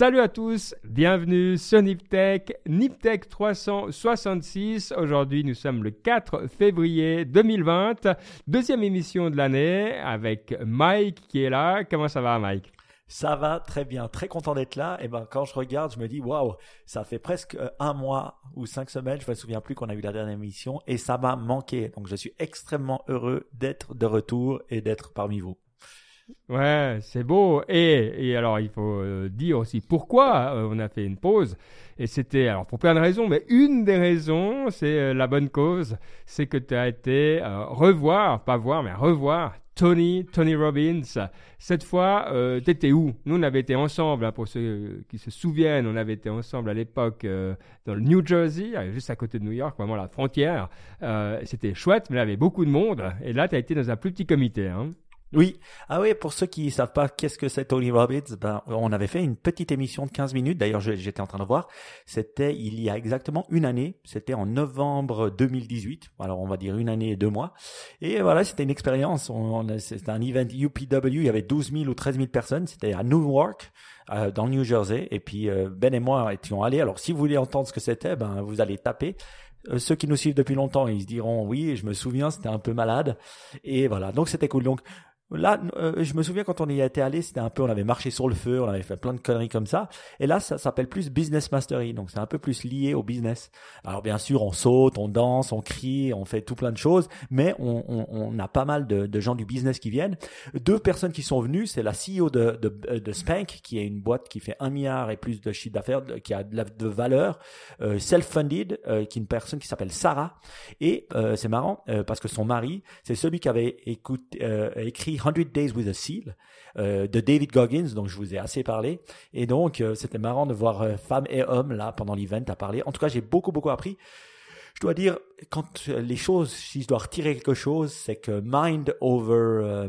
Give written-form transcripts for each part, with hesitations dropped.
Salut à tous, bienvenue sur Niptech, Niptech 366. Aujourd'hui, nous sommes le 4 février 2020, deuxième émission de l'année avec Mike qui est là. Comment ça va, Mike? Ça va très bien, très content d'être là. Et ben quand je regarde, je me dis waouh, ça fait presque un mois ou 5 semaines, je me souviens plus qu'on a eu la dernière émission et ça m'a manqué. Donc je suis extrêmement heureux d'être de retour et d'être parmi vous. Ouais, c'est beau. Et alors, il faut dire aussi pourquoi on a fait une pause. Et c'était, alors pour plein de raisons, mais une des raisons, c'est la bonne cause, c'est que tu as été revoir Tony Robbins. Cette fois, t'étais où? Nous, on avait été ensemble, hein, pour ceux qui se souviennent, on avait été ensemble à l'époque dans le New Jersey, juste à côté de New York, vraiment la frontière. C'était chouette, mais il y avait beaucoup de monde. Et là, tu as été dans un plus petit comité, hein. Oui. Ah oui, pour ceux qui savent pas qu'est-ce que c'est Tony Robbins, on avait fait une petite émission de 15 minutes. D'ailleurs, j'étais en train de voir. C'était il y a exactement une année. C'était en novembre 2018. Alors, on va dire une année et 2 mois. Et voilà, c'était une expérience. C'était un event UPW. Il y avait 12 000 ou 13 000 personnes. C'était à Newark, dans le New Jersey. Et puis, Ben et moi étions allés. Alors, si vous voulez entendre ce que c'était, vous allez taper. Ceux qui nous suivent depuis longtemps, ils se diront oui, je me souviens, c'était un peu malade. Et voilà, donc c'était cool. Donc, là, je me souviens quand on y était allé, c'était un peu, on avait marché sur le feu, on avait fait plein de conneries comme ça. Et là, ça s'appelle plus Business Mastery, donc c'est un peu plus lié au business. Alors bien sûr, on saute, on danse, on crie, on fait tout plein de choses, mais on a pas mal de gens du business qui viennent. 2 personnes qui sont venues, c'est la CEO de Spank, qui est une boîte qui fait 1 milliard et plus de chiffre d'affaires, qui a de valeur, self-funded, qui est une personne qui s'appelle Sarah. Et c'est marrant parce que son mari, c'est celui qui avait écrit 100 Days with a Seal de David Goggins, donc je vous ai assez parlé. Et donc, c'était marrant de voir femmes et hommes là pendant l'event à parler. En tout cas, j'ai beaucoup appris. Je dois dire, quand les choses, si je dois retirer quelque chose, c'est que mind over,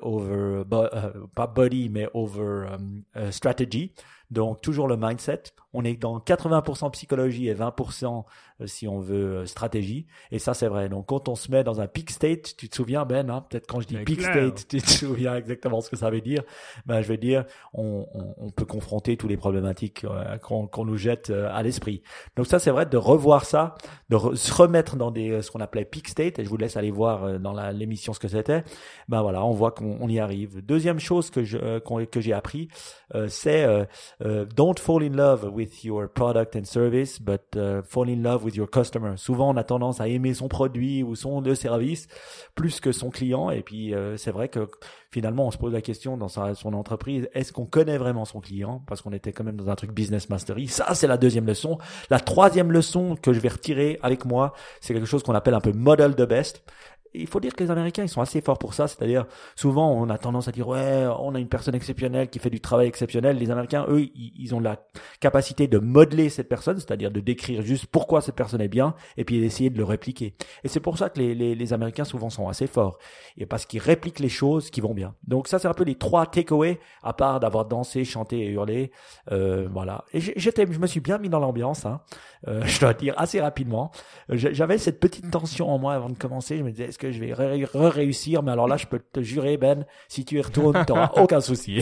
pas body, mais over strategy. Donc, toujours le mindset. On est dans 80% psychologie et 20% si on veut stratégie. Et ça, c'est vrai. Donc, quand on se met dans un peak state, tu te souviens, Ben, hein, peut-être quand je dis peak state, tu te souviens exactement ce que ça veut dire. Je veux dire, on peut confronter toutes les problématiques qu'on nous jette à l'esprit. Donc ça, c'est vrai de revoir ça, se remettre dans ce qu'on appelait peak state. Et je vous laisse aller voir dans l'émission ce que c'était. Voilà, on voit qu'on y arrive. Deuxième chose que j'ai appris, c'est don't fall in love with your product and service, but fall in love with your customer. Souvent, on a tendance à aimer son produit ou son service plus que son client. Et puis, c'est vrai que finalement, on se pose la question dans son entreprise, est-ce qu'on connaît vraiment son client? Parce qu'on était quand même dans un truc business mastery. Ça, c'est la deuxième leçon. La troisième leçon que je vais retirer avec moi, c'est quelque chose qu'on appelle un peu model the best. Il faut dire que les Américains, ils sont assez forts pour ça. C'est-à-dire, souvent, on a tendance à dire, ouais, on a une personne exceptionnelle qui fait du travail exceptionnel. Les Américains, eux, ils ont la capacité de modeler cette personne, c'est-à-dire de décrire juste pourquoi cette personne est bien et puis d'essayer de le répliquer. Et c'est pour ça que les Américains, souvent, sont assez forts. Et parce qu'ils répliquent les choses qui vont bien. Donc ça, c'est un peu les 3 takeaways, à part d'avoir dansé, chanté et hurlé. Voilà. Et je me suis bien mis dans l'ambiance, hein. Je dois dire, assez rapidement. J'avais cette petite tension en moi avant de commencer. Je me disais, est-ce que je vais réussir? Mais alors là, je peux te jurer, Ben, si tu y retournes, tu n'auras aucun souci.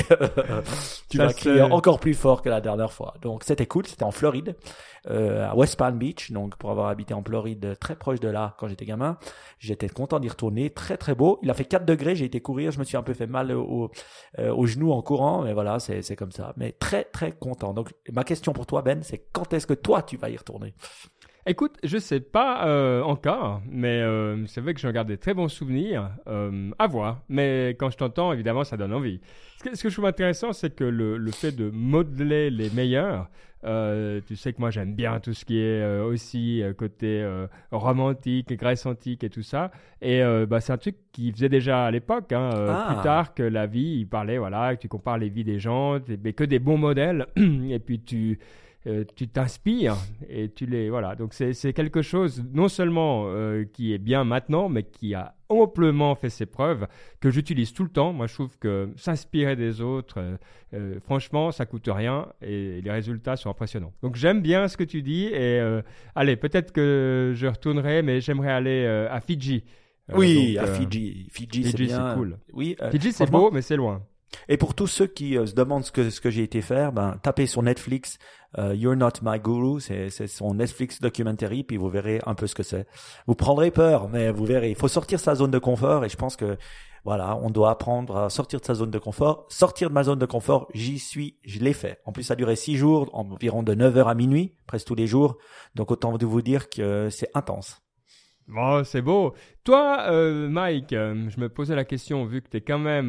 Tu vas crier encore plus fort que la dernière fois. Donc, c'était cool. C'était en Floride, à West Palm Beach. Donc, pour avoir habité en Floride, très proche de là, quand j'étais gamin, j'étais content d'y retourner. Très, très beau. Il a fait 4 degrés. J'ai été courir. Je me suis un peu fait mal au genou en courant. Mais voilà, c'est comme ça. Mais très, très content. Donc, ma question pour toi, Ben, c'est quand est-ce que toi, tu vas y retourner? Écoute, je sais pas encore, mais c'est vrai que j'en garde des très bons souvenirs. À voir. Mais quand je t'entends, évidemment, ça donne envie. Ce que je trouve intéressant, c'est que le fait de modeler les meilleurs, tu sais que moi j'aime bien tout ce qui est aussi côté romantique, Grèce antique et tout ça. Et c'est un truc qu'il faisait déjà à l'époque, hein, plus tard que la vie. Il parlait, voilà, que tu compares les vies des gens, mais que des bons modèles. Et puis tu t'inspires et tu les voilà. Donc c'est quelque chose non seulement qui est bien maintenant, mais qui a amplement fait ses preuves, que j'utilise tout le temps. Moi, je trouve que s'inspirer des autres, franchement, ça coûte rien et les résultats sont impressionnants. Donc j'aime bien ce que tu dis et allez, peut-être que je retournerai, mais j'aimerais aller à Fidji. Oui, à Fidji. Fidji, c'est bien. C'est cool. Oui, Fidji, c'est beau, mais c'est loin. Et pour tous ceux qui se demandent ce que j'ai été faire, ben tapez sur Netflix You're Not My Guru, c'est son Netflix documentary, puis vous verrez un peu ce que c'est. Vous prendrez peur, mais vous verrez. Il faut sortir de sa zone de confort, et je pense que voilà, on doit apprendre à sortir de sa zone de confort. Sortir de ma zone de confort, je l'ai fait. En plus, ça a duré 6 jours, environ de 9h à minuit, presque tous les jours. Donc autant vous dire que c'est intense. Bon, c'est beau. Toi, Mike, je me posais la question, vu que tu es quand même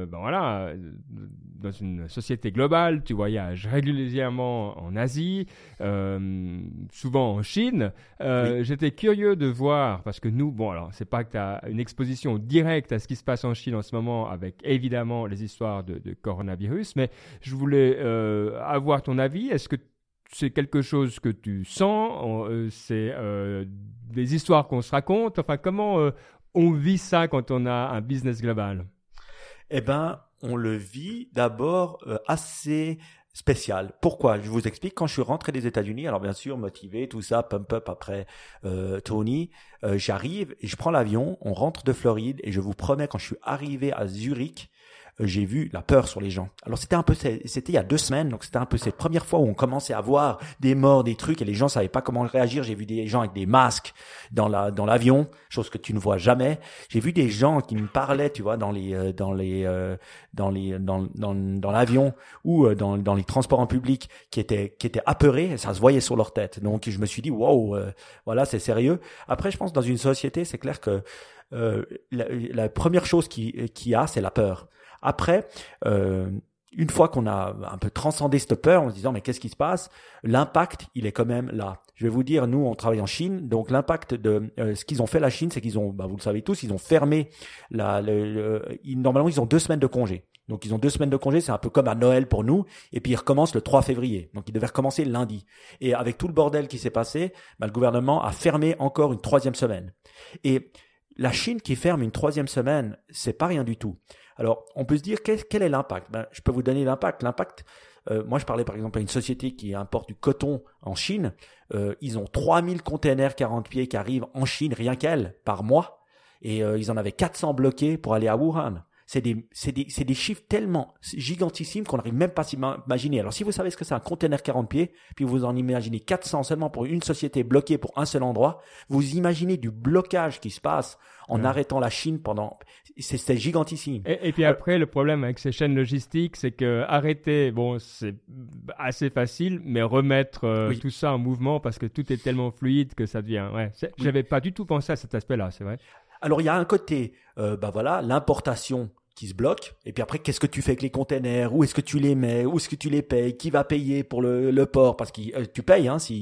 dans une société globale, tu voyages régulièrement en Asie, souvent en Chine. Oui. J'étais curieux de voir, parce que nous, bon, alors, c'est pas que tu as une exposition directe à ce qui se passe en Chine en ce moment, avec évidemment les histoires de coronavirus, mais je voulais avoir ton avis. Est-ce que c'est quelque chose que tu sens, c'est des histoires qu'on se raconte. Enfin, comment on vit ça quand on a un business global? Eh ben, on le vit d'abord assez spécial. Pourquoi? Je vous explique. Quand je suis rentré des États-Unis, alors bien sûr motivé, tout ça, pump up après Tony, j'arrive et je prends l'avion. On rentre de Floride et je vous promets, quand je suis arrivé à Zurich, j'ai vu la peur sur les gens. Alors c'était il y a 2 semaines, donc c'était un peu cette première fois où on commençait à voir des morts, des trucs, et les gens savaient pas comment réagir. J'ai vu des gens avec des masques dans l'avion, chose que tu ne vois jamais. J'ai vu des gens qui me parlaient, tu vois, dans l'avion ou dans les transports en public, qui étaient apeurés, et ça se voyait sur leur tête. Donc je me suis dit wow, voilà, c'est sérieux. Après, je pense dans une société, c'est clair que la première chose qui a, c'est la peur. Après, une fois qu'on a un peu transcendé cette peur en se disant mais qu'est-ce qui se passe, l'impact il est quand même là. Je vais vous dire, nous on travaille en Chine, donc l'impact de ce qu'ils ont fait la Chine, c'est qu'ils ont, vous le savez tous, ils ont fermé normalement ils ont 2 semaines de congé. Donc ils ont 2 semaines de congé, c'est un peu comme à Noël pour nous, et puis ils recommencent le 3 février. Donc ils devaient recommencer lundi. Et avec tout le bordel qui s'est passé, le gouvernement a fermé encore une 3e semaine. Et la Chine qui ferme une 3e semaine, c'est pas rien du tout. Alors, on peut se dire, quel est l'impact? Je peux vous donner l'impact. L'impact, moi je parlais par exemple à une société qui importe du coton en Chine. Ils ont 3000 containers 40 pieds qui arrivent en Chine, rien qu'elle, par mois. Et ils en avaient 400 bloqués pour aller à Wuhan. C'est des chiffres tellement gigantissimes qu'on n'arrive même pas à s'imaginer. Alors, si vous savez ce que c'est un container 40 pieds, puis vous en imaginez 400 seulement pour une société bloquée pour un seul endroit, vous imaginez du blocage qui se passe en arrêtant la Chine pendant... C'est gigantissime. Et puis après, le problème avec ces chaînes logistiques, c'est que arrêter, bon, c'est assez facile, mais remettre tout ça en mouvement parce que tout est tellement fluide que ça devient... Ouais, j'avais pas du tout pensé à cet aspect-là, c'est vrai. Alors, il y a un côté, l'importation qui se bloque. Et puis après, qu'est-ce que tu fais avec les containers? Où est-ce que tu les mets? Où est-ce que tu les payes? Qui va payer pour le port? Parce que tu payes s'ils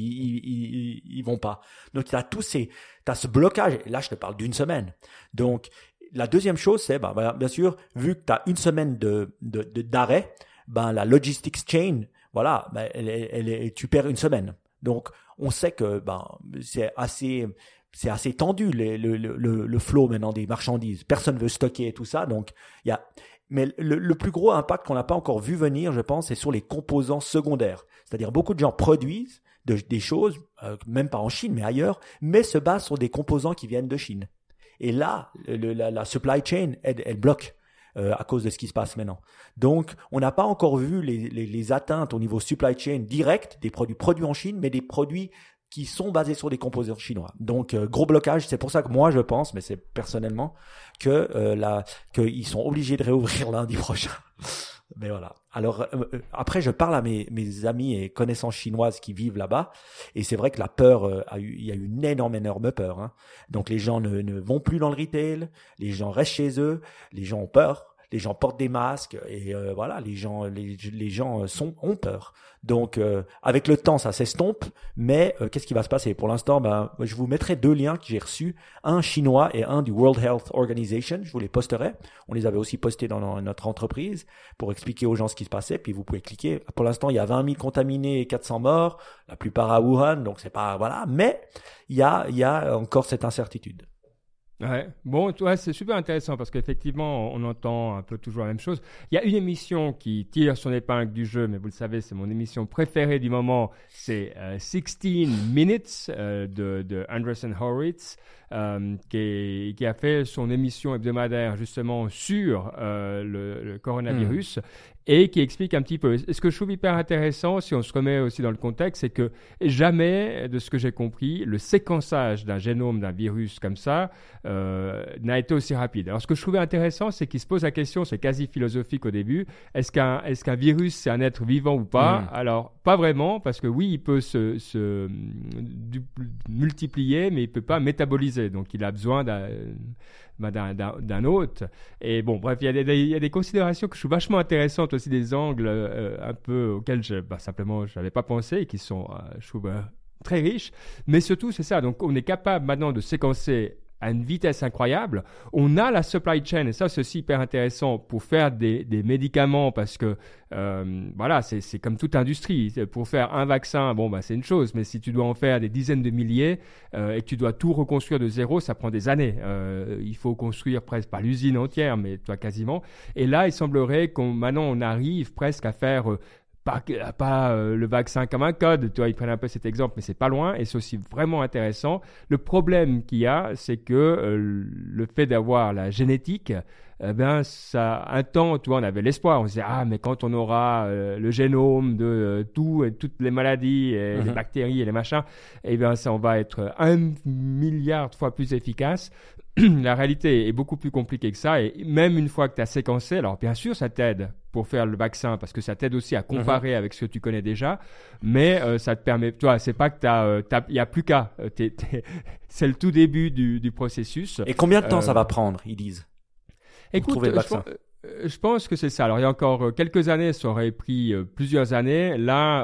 ils vont pas. Donc, t'as ce blocage. Et là, je te parle d'une semaine. Donc, la deuxième chose, c'est, bien sûr, vu que tu as une semaine d'arrêt, la logistics chain, voilà, tu perds une semaine. Donc, on sait que c'est assez tendu le flow maintenant des marchandises. Personne veut stocker et tout ça. Donc, mais le plus gros impact qu'on n'a pas encore vu venir, je pense, c'est sur les composants secondaires. C'est-à-dire beaucoup de gens produisent des choses, même pas en Chine, mais ailleurs, mais se basent sur des composants qui viennent de Chine. Et là, la supply chain, elle bloque à cause de ce qui se passe maintenant. Donc, on n'a pas encore vu les atteintes au niveau supply chain direct des produits en Chine, mais des produits qui sont basés sur des composants chinois. Donc, gros blocage. C'est pour ça que moi, je pense, mais c'est personnellement, qu'ils sont obligés de réouvrir lundi prochain. Mais voilà. Alors, après, je parle à mes amis et connaissances chinoises qui vivent là-bas. Et c'est vrai que la peur, il y a eu une énorme peur. Hein. Donc, les gens ne vont plus dans le retail. Les gens restent chez eux. Les gens ont peur. Les gens portent des masques et voilà, les gens ont peur. Donc avec le temps, ça s'estompe, mais qu'est-ce qui va se passer? Pour l'instant, je vous mettrai 2 liens que j'ai reçus, un chinois et un du World Health Organization. Je vous les posterai. On les avait aussi postés dans notre entreprise pour expliquer aux gens ce qui se passait. Puis vous pouvez cliquer. Pour l'instant, il y a 20 000 contaminés et 400 morts, la plupart à Wuhan. Donc c'est pas voilà, mais il y a encore cette incertitude. Ouais. Bon, ouais, c'est super intéressant parce qu'effectivement, on entend un peu toujours la même chose. Il y a une émission qui tire son épingle du jeu, mais vous le savez, c'est mon émission préférée du moment. C'est 16 Minutes de Andreessen Horowitz, qui a fait son émission hebdomadaire justement sur le coronavirus. Et qui explique un petit peu. Et ce que je trouve hyper intéressant, si on se remet aussi dans le contexte, c'est que jamais, de ce que j'ai compris, le séquençage d'un génome d'un virus comme ça n'a été aussi rapide. Alors, ce que je trouvais intéressant, c'est qu'il se pose la question, c'est quasi philosophique au début, est-ce qu'un virus, c'est un être vivant ou pas? Alors, pas vraiment, parce que oui, il peut se multiplier, mais il ne peut pas métaboliser. Donc, il a besoin d'un autre. Et bon, bref, il y a des considérations que je trouve vachement intéressantes aussi, des angles un peu auxquels simplement je n'avais pas pensé et qui sont, je trouve, très riches. Mais surtout, c'est ça. Donc, on est capable maintenant de séquencer à une vitesse incroyable. On a la supply chain, et ça, c'est aussi hyper intéressant pour faire des médicaments parce que, voilà, c'est comme toute industrie. Pour faire un vaccin, bon, bah, c'est une chose, mais si tu dois en faire des dizaines de milliers et que tu dois tout reconstruire de zéro, ça prend des années. Il faut construire presque, pas l'usine entière, mais toi, quasiment. Et là, il semblerait maintenant, on arrive presque à faire pas le vaccin comme un code, tu vois, ils prennent un peu cet exemple, mais c'est pas loin et c'est aussi vraiment intéressant. Le problème qu'il y a, c'est que le fait d'avoir la génétique, ça, un temps, tu vois, on avait l'espoir, on se disait, mais quand on aura le génome de tout et toutes les maladies, et les bactéries et les machins, ça, on va être 1 milliard de fois plus efficace. La réalité est beaucoup plus compliquée que ça et même une fois que tu as séquencé, alors bien sûr ça t'aide pour faire le vaccin parce que ça t'aide aussi à comparer avec ce que tu connais déjà, mais ça te permet, toi, c'est pas que il y a plus qu'à, c'est le tout début du processus. Et combien de temps ça va prendre, ils disent, pour trouver le vaccin? Je pense que c'est ça. Alors, il y a encore quelques années, ça aurait pris plusieurs années. Là,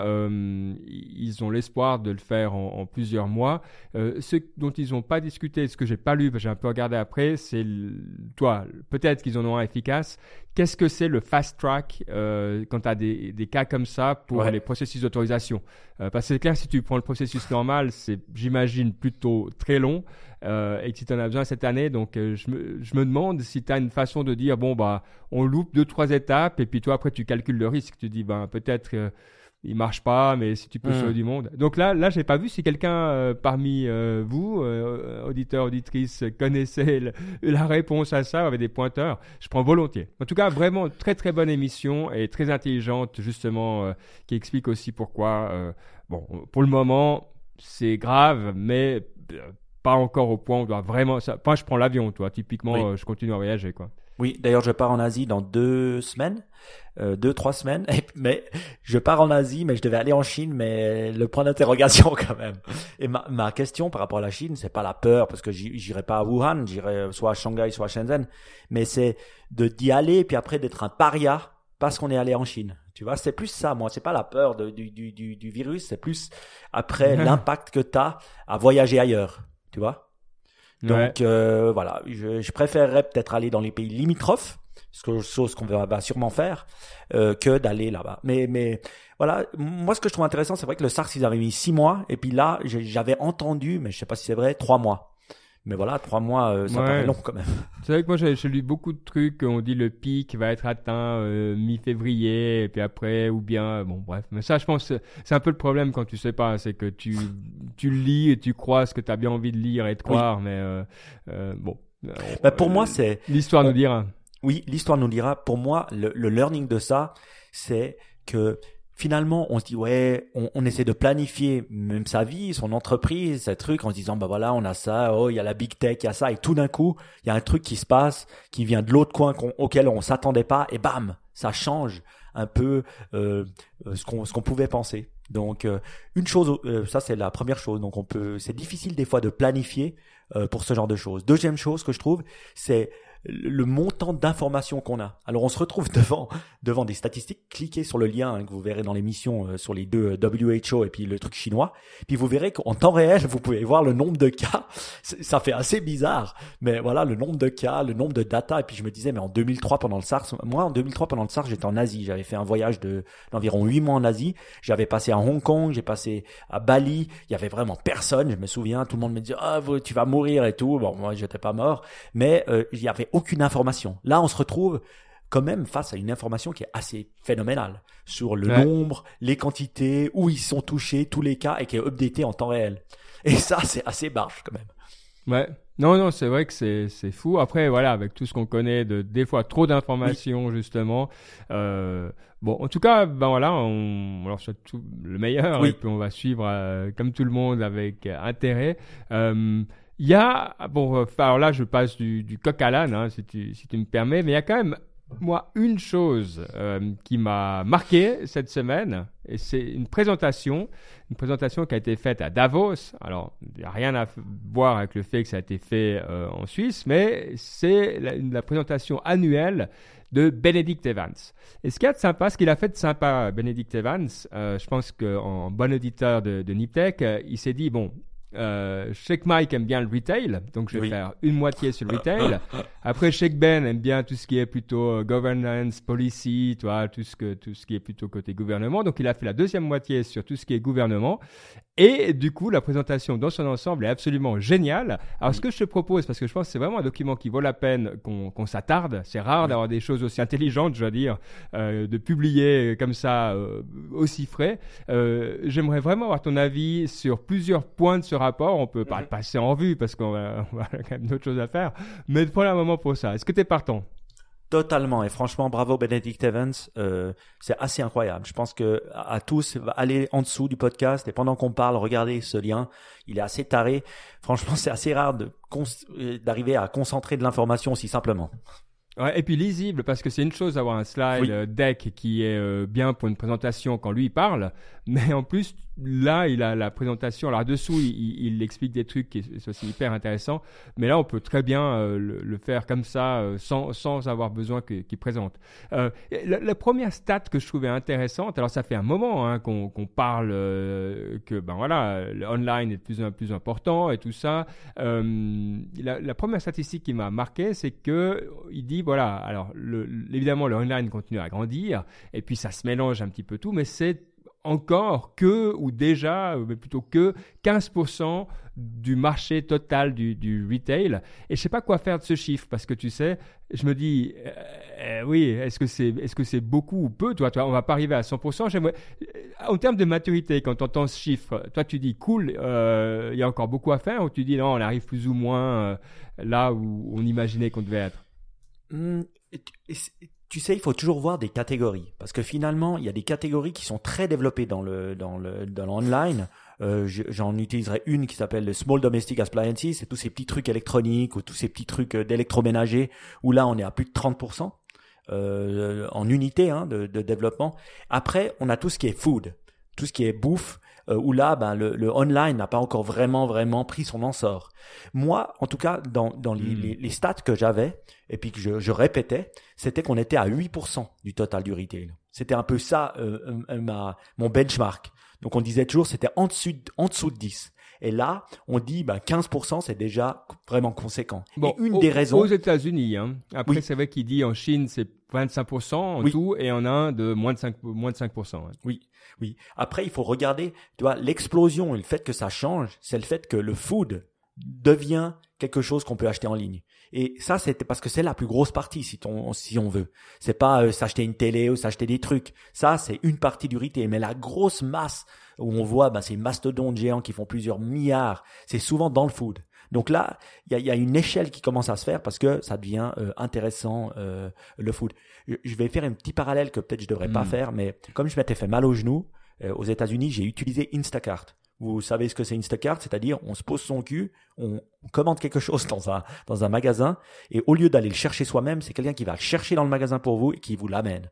ils ont l'espoir de le faire en plusieurs mois. Ce dont ils n'ont pas discuté, ce que j'ai pas lu, j'ai un peu regardé après, c'est, toi, peut-être qu'ils en ont un efficace. Qu'est-ce que c'est le fast track quand tu as des cas comme ça pour les processus d'autorisation? Parce que c'est clair, si tu prends le processus normal, c'est, j'imagine, plutôt très long. Et que si tu en as besoin cette année, donc je me demande si tu as une façon de dire, bon, bah, on loupe 2-3 étapes, et puis toi, après, tu calcules le risque. Tu dis, peut-être il marche pas, mais si tu peux sauver du monde. Donc là, j'ai pas vu si quelqu'un parmi vous, auditeurs, auditrices, connaissait la réponse à ça, avait des pointeurs. Je prends volontiers. En tout cas, vraiment, très, très bonne émission et très intelligente, justement, qui explique aussi pourquoi, pour le moment, c'est grave, mais pas encore au point où on doit vraiment... Moi, je prends l'avion, toi. Typiquement, je continue à voyager, quoi. Oui, d'ailleurs, je pars en Asie dans 2 semaines, 2-3 semaines. Mais je pars en Asie, mais je devais aller en Chine, mais le point d'interrogation quand même. Et ma question par rapport à la Chine, c'est pas la peur, parce que j'irai pas à Wuhan, j'irai soit à Shanghai, soit à Shenzhen, mais c'est d'y aller, puis après d'être un paria parce qu'on est allé en Chine. Tu vois, c'est plus ça, moi. C'est pas la peur du virus, c'est plus après l'impact que t'as à voyager ailleurs. Tu vois? Donc voilà, je préférerais peut-être aller dans les pays limitrophes, chose qu'on va sûrement faire, que d'aller là-bas. Mais voilà, moi ce que je trouve intéressant, c'est vrai que le SARS, ils avaient mis 6 mois, et puis là, j'avais entendu, mais je sais pas si c'est vrai, 3 mois. Mais voilà, 3 mois, ça paraît long quand même. C'est vrai que moi, j'ai lu beaucoup de trucs. On dit le pic va être atteint mi-février, et puis après, ou bien, bon, bref. Mais ça, je pense, c'est un peu le problème quand tu sais pas. C'est que tu lis et tu crois ce que tu as bien envie de lire et de croire. Mais bon. Pour moi, c'est... L'histoire nous dira. Oui, l'histoire nous dira. Pour moi, le learning de ça, c'est que... Finalement, on se dit, on essaie de planifier même sa vie, son entreprise, ces trucs, en se disant, voilà, on a ça, il y a la big tech, il y a ça, et tout d'un coup, il y a un truc qui se passe, qui vient de l'autre coin auquel on s'attendait pas, et bam, ça change un peu ce qu'on pouvait penser. Donc, une chose, ça c'est la première chose. Donc, c'est difficile des fois de planifier pour ce genre de choses. Deuxième chose que je trouve, c'est le montant d'informations qu'on a. Alors on se retrouve devant des statistiques. Cliquez sur le lien que vous verrez dans l'émission sur les deux WHO et puis le truc chinois. Puis vous verrez qu'en temps réel, vous pouvez voir le nombre de cas. Ça fait assez bizarre, mais voilà, le nombre de cas, le nombre de data. Et puis je me disais, mais en 2003 pendant le SARS, j'étais en Asie. J'avais fait un voyage d'environ 8 mois en Asie. J'avais passé à Hong Kong, j'ai passé à Bali. Il y avait vraiment personne. Je me souviens, tout le monde me disait, tu vas mourir et tout. Bon, moi j'étais pas mort, mais il y avait aucune information. Là, on se retrouve quand même face à une information qui est assez phénoménale sur le nombre, les quantités, où ils sont touchés, tous les cas et qui est updaté en temps réel. Et ça, c'est assez barge quand même. Ouais. Non, c'est vrai que c'est fou. Après, voilà, avec tout ce qu'on connaît des fois trop d'informations, justement. Bon, en tout cas, ben voilà, on leur souhaite tout le meilleur et puis on va suivre comme tout le monde avec intérêt. Il y a, alors là, je passe du coq à l'âne, si tu me permets, mais il y a quand même, moi, une chose qui m'a marqué cette semaine, et c'est une présentation qui a été faite à Davos. Alors, il n'y a rien à voir avec le fait que ça a été fait en Suisse, mais c'est la présentation annuelle de Benedict Evans. Et ce qu'il y a de sympa, ce qu'il a fait de sympa, Benedict Evans, je pense qu'en bon auditeur de Niptech, il s'est dit, bon, je sais que Mike aime bien le retail, donc je vais faire une moitié sur le retail. Après, je sais que Ben aime bien tout ce qui est plutôt governance, policy, tout ce qui est plutôt côté gouvernement. Donc, il a fait la deuxième moitié sur tout ce qui est gouvernement. Et du coup, la présentation dans son ensemble est absolument géniale. Alors, ce que je te propose, parce que je pense que c'est vraiment un document qui vaut la peine qu'on s'attarde. C'est rare d'avoir des choses aussi intelligentes, je dois dire, de publier comme ça aussi frais. J'aimerais vraiment avoir ton avis sur plusieurs points de ce rapport. On peut pas le passer en revue parce qu'on va quand même d'autres choses à faire. Mais prends un moment pour ça. Est-ce que tu es partant? Totalement, et franchement, bravo Benedict Evans, c'est assez incroyable. Je pense que à tous, allez en dessous du podcast et pendant qu'on parle, regardez ce lien, il est assez taré. Franchement, c'est assez rare d'arriver à concentrer de l'information aussi simplement. Ouais, et puis lisible, parce que c'est une chose d'avoir un slide deck qui est bien pour une présentation quand lui il parle, mais en plus là il a la présentation, alors dessous il explique des trucs qui sont aussi hyper intéressants, mais là on peut très bien le faire comme ça sans avoir besoin qu'il présente. La première stat que je trouvais intéressante, alors ça fait un moment qu'on parle que ben voilà, le online est de plus en plus important et tout ça. La première statistique qui m'a marqué, c'est que il dit voilà, alors évidemment le online continue à grandir et puis ça se mélange un petit peu tout, mais c'est encore mais plutôt que 15% du marché total du retail. Et je sais pas quoi faire de ce chiffre parce que tu sais, je me dis, oui, est-ce que c'est beaucoup ou peu? Toi, on va pas arriver à 100%. En termes de maturité, quand tu entends ce chiffre, toi, tu dis cool, il y a encore beaucoup à faire, ou tu dis non, on arrive plus ou moins là où on imaginait qu'on devait être? Tu sais, il faut toujours voir des catégories parce que finalement, il y a des catégories qui sont très développées dans l'online. J'en utiliserai une qui s'appelle le Small Domestic Appliances, c'est tous ces petits trucs électroniques ou tous ces petits trucs d'électroménager où là, on est à plus de 30% en unité de développement. Après, on a tout ce qui est food, tout ce qui est bouffe. Où là, le online n'a pas encore vraiment pris son essor. Moi, en tout cas, dans les stats que j'avais, et puis que je répétais, c'était qu'on était à 8% du total du retail. C'était un peu ça, mon benchmark. Donc, on disait toujours, c'était en dessous de 10. Et là, on dit 15%, c'est déjà vraiment conséquent. Bon, et une des raisons... Aux États-Unis, après, c'est vrai qu'il dit en Chine, c'est 25% en tout, et en Inde, moins de 5%. Oui. Après, il faut regarder, tu vois, l'explosion et le fait que ça change, c'est le fait que le food devient quelque chose qu'on peut acheter en ligne. Et ça, c'était parce que c'est la plus grosse partie, si on veut. C'est pas s'acheter une télé ou s'acheter des trucs. Ça, c'est une partie du retail. Mais la grosse masse où on voit ces mastodontes géants qui font plusieurs milliards, c'est souvent dans le food. Donc là, il y a une échelle qui commence à se faire parce que ça devient intéressant le food. Je vais faire un petit parallèle que peut-être je devrais pas faire, mais comme je m'étais fait mal au genou aux États-Unis, j'ai utilisé Instacart. Vous savez ce que c'est Instacart, c'est-à-dire on se pose son cul, on commande quelque chose dans un magasin et au lieu d'aller le chercher soi-même, c'est quelqu'un qui va le chercher dans le magasin pour vous et qui vous l'amène.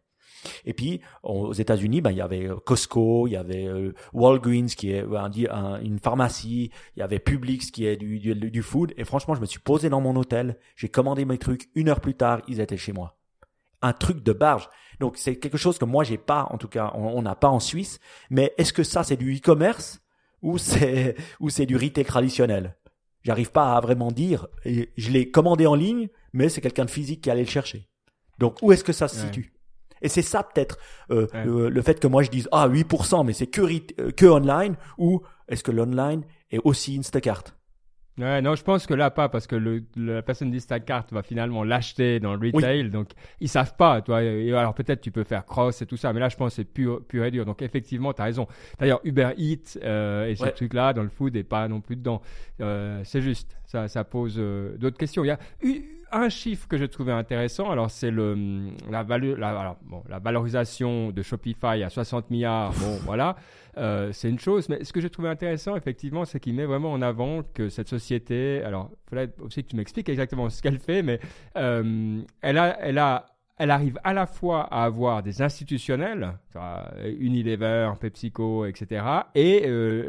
Et puis aux États-Unis, il y avait Costco, il y avait Walgreens qui est une pharmacie, il y avait Publix qui est du food. Et franchement, je me suis posé dans mon hôtel, j'ai commandé mes trucs. 1 heure plus tard, ils étaient chez moi. Un truc de barge. Donc c'est quelque chose que moi j'ai pas, en tout cas, on n'a pas en Suisse. Mais est-ce que ça c'est du e-commerce ou c'est du retail traditionnel? J'arrive pas à vraiment dire. Et je l'ai commandé en ligne, mais c'est quelqu'un de physique qui allait le chercher. Donc où est-ce que ça se situe? Et c'est ça peut-être le fait que moi je dise 8%, mais c'est que online, ou est-ce que l'online est aussi Instacart? Ouais, non, je pense que là, pas, parce que la personne d'Instacart va finalement l'acheter dans le retail, donc ils savent pas, toi. Et alors peut-être tu peux faire cross et tout ça, mais là, je pense que c'est pur et dur. Donc effectivement, tu as raison. D'ailleurs, Uber Eats et ce truc-là, dans le food, n'est pas non plus dedans. C'est juste, ça pose d'autres questions. Il y a un chiffre que j'ai trouvé intéressant, alors c'est la valorisation de Shopify à 60 milliards. Bon, voilà. C'est une chose, mais ce que j'ai trouvé intéressant, effectivement, c'est qu'il met vraiment en avant que cette société, alors il faudrait aussi que tu m'expliques exactement ce qu'elle fait, mais elle arrive à la fois à avoir des institutionnels, Unilever, PepsiCo, etc., et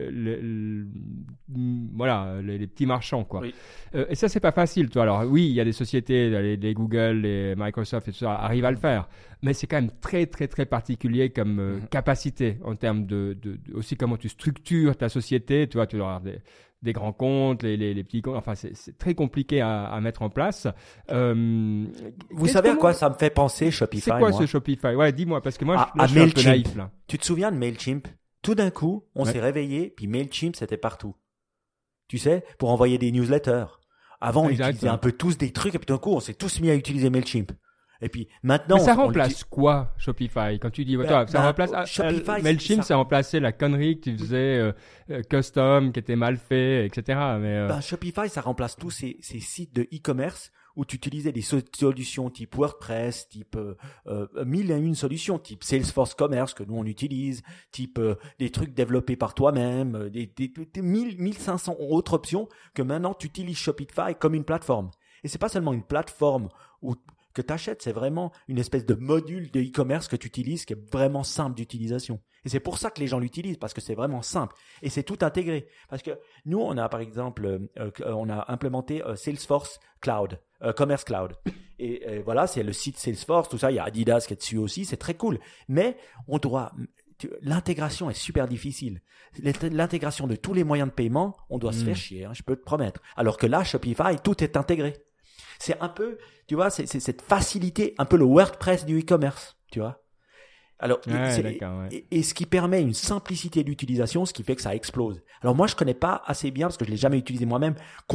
voilà, les petits marchands, quoi. Oui. Et ça, c'est pas facile, toi. Alors oui, il y a des sociétés, les Google, les Microsoft et tout ça, arrivent à le faire, mais c'est quand même très, très, très particulier comme capacité en termes de aussi comment tu structures ta société. Tu vois, tu dois avoir des grands comptes, les petits comptes. Enfin, c'est très compliqué à mettre en place. Vous savez à quoi ça me fait penser, Shopify? C'est quoi ce Shopify? Ouais, dis-moi, parce que moi, je suis un peu naïf, là. Tu te souviens de MailChimp? Tout d'un coup, on s'est réveillé, puis MailChimp, c'était partout. Tu sais, pour envoyer des newsletters. Avant, on utilisait un peu tous des trucs, et puis tout d'un coup, on s'est tous mis à utiliser MailChimp. Et puis maintenant, mais ça remplace quoi, Shopify? Quand tu dis ça remplace Shopify, MailChimp, ça remplaçait la connerie que tu faisais custom, qui était mal fait, etc. Mais Shopify, ça remplace tous ces sites de e-commerce où tu utilisais des solutions type WordPress, type 1001 solutions, type Salesforce Commerce que nous on utilise, type des trucs développés par toi-même, des 1500 autres options que maintenant tu utilises Shopify comme une plateforme. Et c'est pas seulement une plateforme que tu achètes, c'est vraiment une espèce de module de e-commerce que tu utilises qui est vraiment simple d'utilisation. Et c'est pour ça que les gens l'utilisent, parce que c'est vraiment simple. Et c'est tout intégré. Parce que nous, on a par exemple, on a implémenté Salesforce Cloud, Commerce Cloud. Et voilà, c'est le site Salesforce, tout ça. Il y a Adidas qui est dessus aussi, c'est très cool. Mais l'intégration est super difficile. L'intégration de tous les moyens de paiement, on doit se faire chier, hein, je peux te promettre. Alors que là, Shopify, tout est intégré. C'est un peu, tu vois, c'est cette facilité, un peu le WordPress du e-commerce, tu vois. Alors, et ce qui permet une simplicité d'utilisation, ce qui fait que ça explose. Alors moi, je connais pas assez bien, parce que je l'ai jamais utilisé moi-même,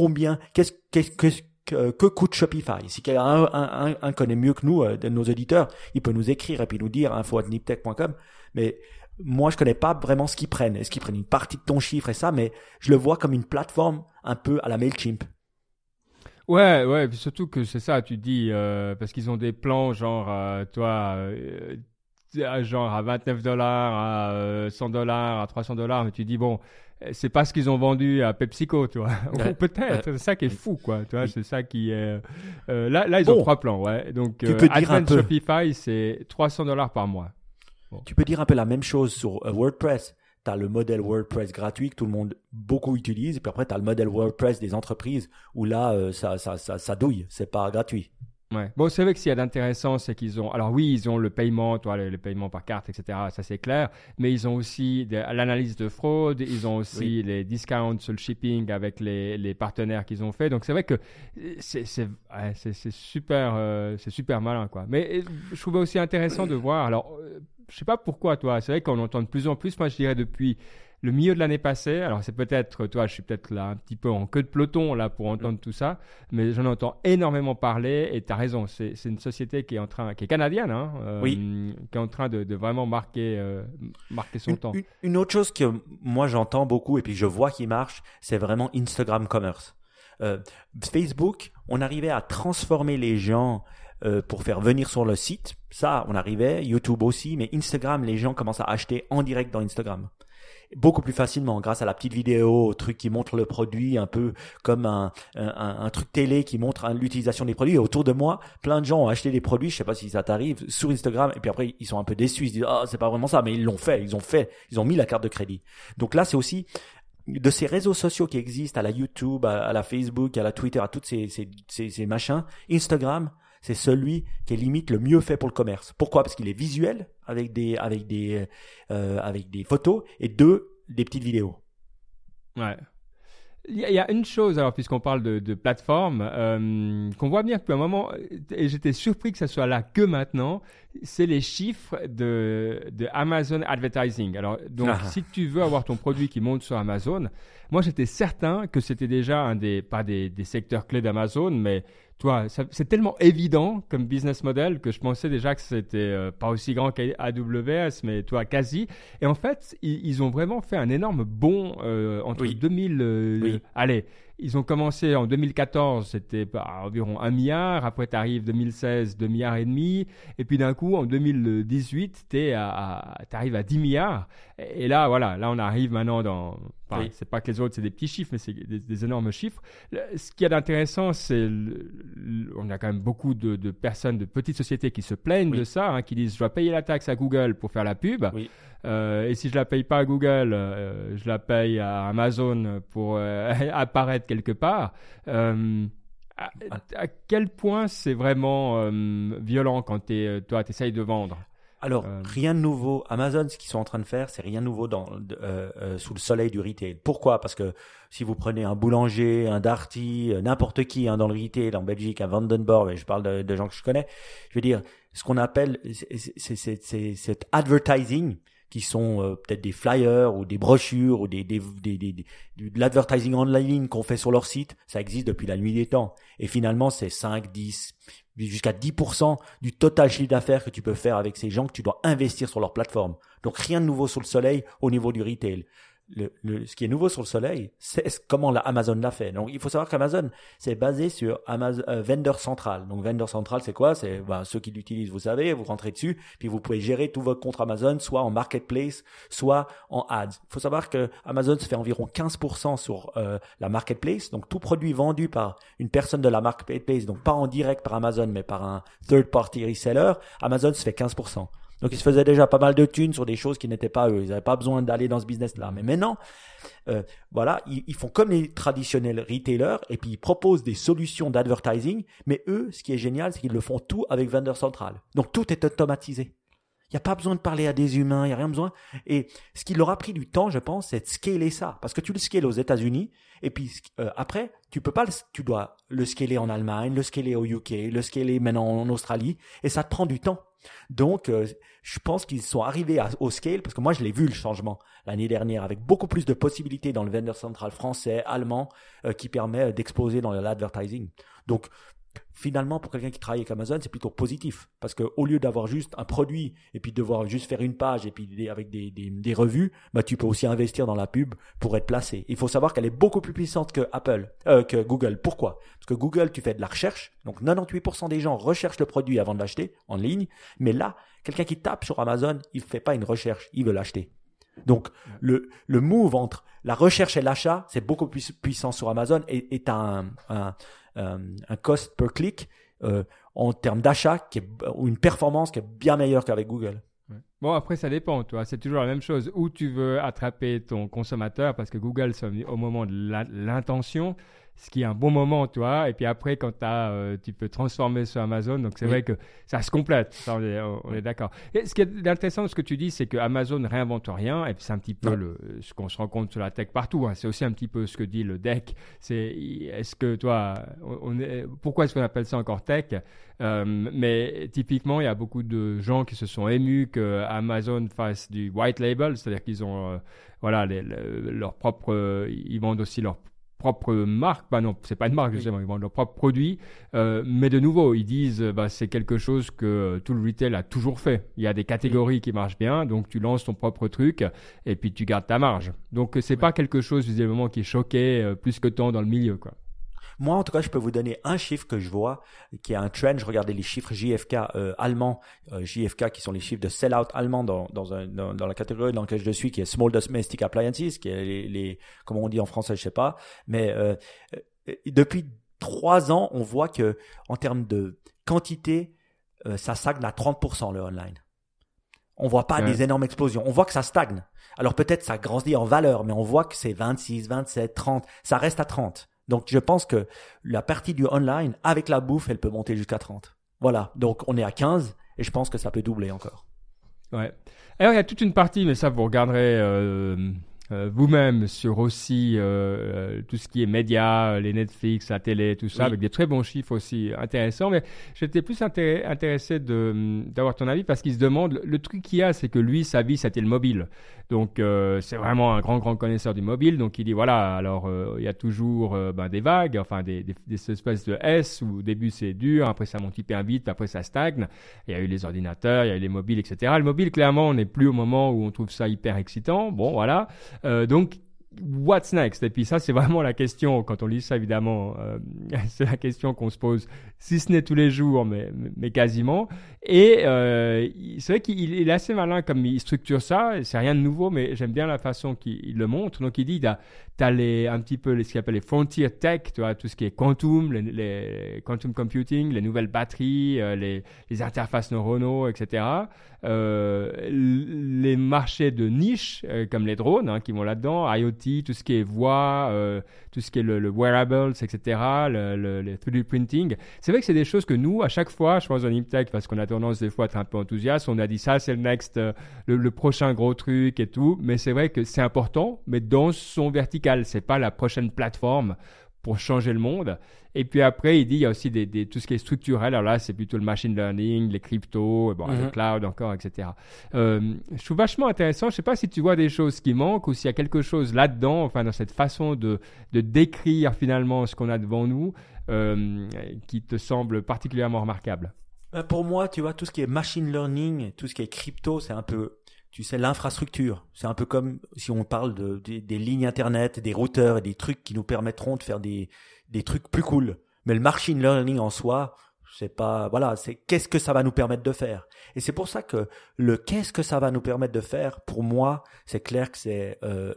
que coûte Shopify. Si quelqu'un connaît mieux que nous, de nos auditeurs, il peut nous écrire et puis nous dire info@niptech.com. Mais moi, je connais pas vraiment ce qu'ils prennent. Est-ce qu'ils prennent une partie de ton chiffre et ça, mais je le vois comme une plateforme un peu à la MailChimp. Ouais, surtout que c'est ça, tu dis, parce qu'ils ont des plans genre, genre à $29, à $100, à $300, mais tu dis, bon, c'est pas ce qu'ils ont vendu à PepsiCo, tu vois. Ou peut-être, c'est ça qui est fou, quoi, tu vois, c'est ça qui est... là, ils ont 3 plans, ouais. Donc, tu peux dire un peu. Shopify, c'est $300 par mois. Bon. Tu peux dire un peu la même chose sur WordPress. Tu as le modèle WordPress gratuit que tout le monde beaucoup utilise, et puis après tu as le modèle WordPress des entreprises où là ça douille, c'est pas gratuit. Ouais. Bon, c'est vrai que s'il y a d'intéressant, c'est qu'ils ont, alors oui, ils ont le paiement, le paiement par carte, etc. Ça c'est clair, mais ils ont aussi l'analyse de fraude, ils ont aussi les discounts sur le shipping avec les partenaires qu'ils ont fait. Donc c'est vrai que c'est super malin, quoi. Mais je trouvais aussi intéressant de voir. Alors je sais pas pourquoi, toi. C'est vrai qu'on entend de plus en plus. Moi, je dirais depuis le milieu de l'année passée. Alors, c'est peut-être, toi, je suis peut-être là un petit peu en queue de peloton là pour entendre tout ça, mais j'en entends énormément parler. Et tu as raison. C'est une société qui est canadienne, hein, qui est en train de vraiment marquer son temps. Une autre chose que moi j'entends beaucoup et puis je vois qui marche, c'est vraiment Instagram Commerce. Facebook, on arrivait à transformer les gens pour faire venir sur le site. Ça, on arrivait. YouTube aussi, mais Instagram, les gens commencent à acheter en direct dans Instagram. beaucoup plus facilement grâce à la petite vidéo, au truc qui montre le produit, un peu comme un truc télé qui montre l'utilisation des produits. Et autour de moi, plein de gens ont acheté des produits, je sais pas si ça t'arrive, sur Instagram, et puis après ils sont un peu déçus, ils se disent c'est pas vraiment ça, mais ils l'ont fait, ils ont mis la carte de crédit. Donc là, c'est aussi de ces réseaux sociaux qui existent, à la YouTube, à la Facebook, à la Twitter, à toutes ces machins. Instagram, c'est celui qui est limite le mieux fait pour le commerce. Pourquoi? Parce qu'il est visuel avec des photos et des petites vidéos. Ouais. Il y a une chose, alors, puisqu'on parle de plateforme, qu'on voit bien depuis un moment, et j'étais surpris que ça soit là que maintenant, c'est les chiffres de Amazon Advertising. Alors, donc, si tu veux avoir ton produit qui monte sur Amazon, moi, j'étais certain que c'était déjà pas des secteurs clés d'Amazon, mais toi, c'est tellement évident comme business model que je pensais déjà que c'était pas aussi grand qu'AWS, mais toi, quasi. Et en fait, ils ont vraiment fait un énorme bond entre 2000. Allez, ils ont commencé en 2014, c'était environ 1 milliard. Après, tu arrives 2016, 2 milliards et demi. Et puis d'un coup, en 2018, tu arrives à 10 milliards. Et là, voilà, là, on arrive maintenant dans... Enfin, c'est pas que les autres, c'est des petits chiffres, mais c'est des énormes chiffres. Ce qu'il y a d'intéressant, c'est... On a quand même beaucoup de personnes, de petites sociétés qui se plaignent de ça, qui disent « Je dois payer la taxe à Google pour faire la pub. Et si je la paye pas à Google, je la paye à Amazon pour apparaître quelque part. » À quel point c'est vraiment violent quand toi, tu essayes de vendre? Alors, rien de nouveau. Amazon, ce qu'ils sont en train de faire, c'est rien de nouveau sous le soleil du retail. Pourquoi? Parce que si vous prenez un boulanger, un Darty, n'importe qui dans le retail, en Belgique, un Vandenborg, et je parle de gens que je connais, je veux dire, ce qu'on appelle, c'est cet advertising, qui sont peut-être des flyers ou des brochures ou de l'advertising en ligne qu'on fait sur leur site. Ça existe depuis la nuit des temps. Et finalement, c'est 5, 10, jusqu'à 10% du total chiffre d'affaires que tu peux faire avec ces gens que tu dois investir sur leur plateforme. Donc, rien de nouveau sous le soleil au niveau du retail. Ce qui est nouveau sur le soleil, c'est comment Amazon l'a fait. Donc, il faut savoir qu'Amazon, c'est basé sur Vendor Central. Donc, Vendor Central, c'est quoi? C'est ceux qui l'utilisent, vous savez, vous rentrez dessus, puis vous pouvez gérer tout votre compte Amazon, soit en marketplace, soit en ads. Il faut savoir que Amazon se fait environ 15% sur la marketplace. Donc, tout produit vendu par une personne de la marketplace, donc pas en direct par Amazon, mais par un third-party reseller, Amazon se fait 15%. Donc, ils se faisaient déjà pas mal de thunes sur des choses qui n'étaient pas eux. Ils n'avaient pas besoin d'aller dans ce business-là. Mais maintenant, ils font comme les traditionnels retailers et puis ils proposent des solutions d'advertising. Mais eux, ce qui est génial, c'est qu'ils le font tout avec Vendor Central. Donc, tout est automatisé. Il n'y a pas besoin de parler à des humains, il n'y a rien besoin. Et ce qui leur a pris du temps, je pense, c'est de scaler ça. Parce que tu le scales aux États-Unis et puis après, tu dois le scaler en Allemagne, le scaler au UK, le scaler maintenant en Australie et ça te prend du temps. Donc, je pense qu'ils sont arrivés au scale parce que moi, je l'ai vu le changement l'année dernière avec beaucoup plus de possibilités dans le Vendor Central français, allemand qui permet d'exploser dans l'advertising. Donc, finalement, pour quelqu'un qui travaille avec Amazon, c'est plutôt positif parce que au lieu d'avoir juste un produit et puis devoir juste faire une page et puis avec des revues, tu peux aussi investir dans la pub pour être placé. Il faut savoir qu'elle est beaucoup plus puissante que Google. Pourquoi? Parce que Google, tu fais de la recherche, donc 98% des gens recherchent le produit avant de l'acheter en ligne, mais là, quelqu'un qui tape sur Amazon, il fait pas une recherche, il veut l'acheter. Donc, le move entre la recherche et l'achat, c'est beaucoup plus puissant sur Amazon et t'as un cost per click en termes d'achat ou une performance qui est bien meilleure qu'avec Google. Bon, après, ça dépend, toi. C'est toujours la même chose. Où tu veux attraper ton consommateur, parce que Google, c'est au moment de l'intention, ce qui est un bon moment, toi. Et puis après, quand tu peux transformer sur Amazon. Donc, c'est vrai que ça se complète. Ça, on est d'accord. Et ce qui est intéressant, ce que tu dis, c'est que Amazon ne réinvente rien. Et puis, c'est un petit peu ce qu'on se rend compte sur la tech partout. C'est aussi un petit peu ce que dit le deck. Est-ce que, toi, pourquoi est-ce qu'on appelle ça encore tech? Mais typiquement, il y a beaucoup de gens qui se sont émus que Amazon fasse du white label, c'est-à-dire qu'ils ont leur propre, ils vendent aussi leur propre marque. Non, c'est pas une marque justement, ils vendent leurs propres produits. Mais de nouveau, ils disent c'est quelque chose que tout le retail a toujours fait. Il y a des catégories qui marchent bien, donc tu lances ton propre truc et puis tu gardes ta marge. Donc c'est pas quelque chose visiblement qui est choqué plus que tant dans le milieu, quoi. Moi, en tout cas, je peux vous donner un chiffre que je vois, qui est un trend. Je regardais les chiffres JFK allemands, JFK qui sont les chiffres de sell-out allemands dans la catégorie dans laquelle je suis, qui est Small Domestic Appliances, qui est comment on dit en français, je sais pas. Mais depuis 3 ans, on voit que en termes de quantité, ça stagne à 30% le online. On voit pas des énormes explosions. On voit que ça stagne. Alors peut-être ça grandit en valeur, mais on voit que c'est 26, 27, 30. Ça reste à 30. Donc je pense que la partie du online, avec la bouffe, elle peut monter jusqu'à 30. Voilà. Donc on est à 15 et je pense que ça peut doubler encore. Ouais. Alors il y a toute une partie, mais ça vous regarderez vous-même sur aussi tout ce qui est médias, les Netflix, la télé, tout ça, avec des très bons chiffres aussi intéressants. Mais j'étais plus intéressé d'avoir ton avis parce qu'il se demande, le truc qu'il y a, c'est que lui, sa vie, c'était le mobile. Donc c'est vraiment un grand connaisseur du mobile. Donc il dit voilà, alors il y a toujours des vagues, enfin des espèces de S où au début c'est dur, après ça monte hyper vite, puis après ça stagne. Il y a eu les ordinateurs, il y a eu les mobiles, etc. Le mobile, clairement, on n'est plus au moment où on trouve ça hyper excitant. Bon, voilà. Donc, what's next? Et puis ça, c'est vraiment la question, quand on lit ça, évidemment, c'est la question qu'on se pose, si ce n'est tous les jours, mais quasiment. Et c'est vrai qu'il est assez malin comme il structure ça, c'est rien de nouveau, mais j'aime bien la façon qu'il le montre. Donc il dit, t'as un petit peu ce qu'il appelle les frontier tech, tu vois, tout ce qui est quantum, les quantum computing, les nouvelles batteries, les interfaces neuronaux, etc. Les marchés de niche, comme les drones, qui vont là-dedans, IoT, tout ce qui est voix, tout ce qui est le wearables, etc., le 3D printing. C'est vrai que c'est des choses que nous, à chaque fois, je pense en ImTech, parce qu'on a tendance des fois à être un peu enthousiaste, on a dit ça, c'est le next, le prochain gros truc et tout, mais c'est vrai que c'est important, mais dans son vertical, c'est pas la prochaine plateforme pour changer le monde. Et puis après, il dit, il y a aussi tout ce qui est structurel. Alors là, c'est plutôt le machine learning, les cryptos, le cloud encore, etc. Je trouve vachement intéressant. Je sais pas si tu vois des choses qui manquent ou s'il y a quelque chose là-dedans, enfin, dans cette façon de décrire finalement ce qu'on a devant nous, qui te semble particulièrement remarquable. Pour moi, tu vois, tout ce qui est machine learning, tout ce qui est crypto, c'est un peu, tu sais, l'infrastructure. C'est un peu comme si on parle des lignes Internet, des routeurs et des trucs qui nous permettront de faire des trucs plus cool. Mais le machine learning en soi, c'est pas, voilà, c'est qu'est-ce que ça va nous permettre de faire. Et c'est pour ça que le qu'est-ce que ça va nous permettre de faire, pour moi, c'est clair que c'est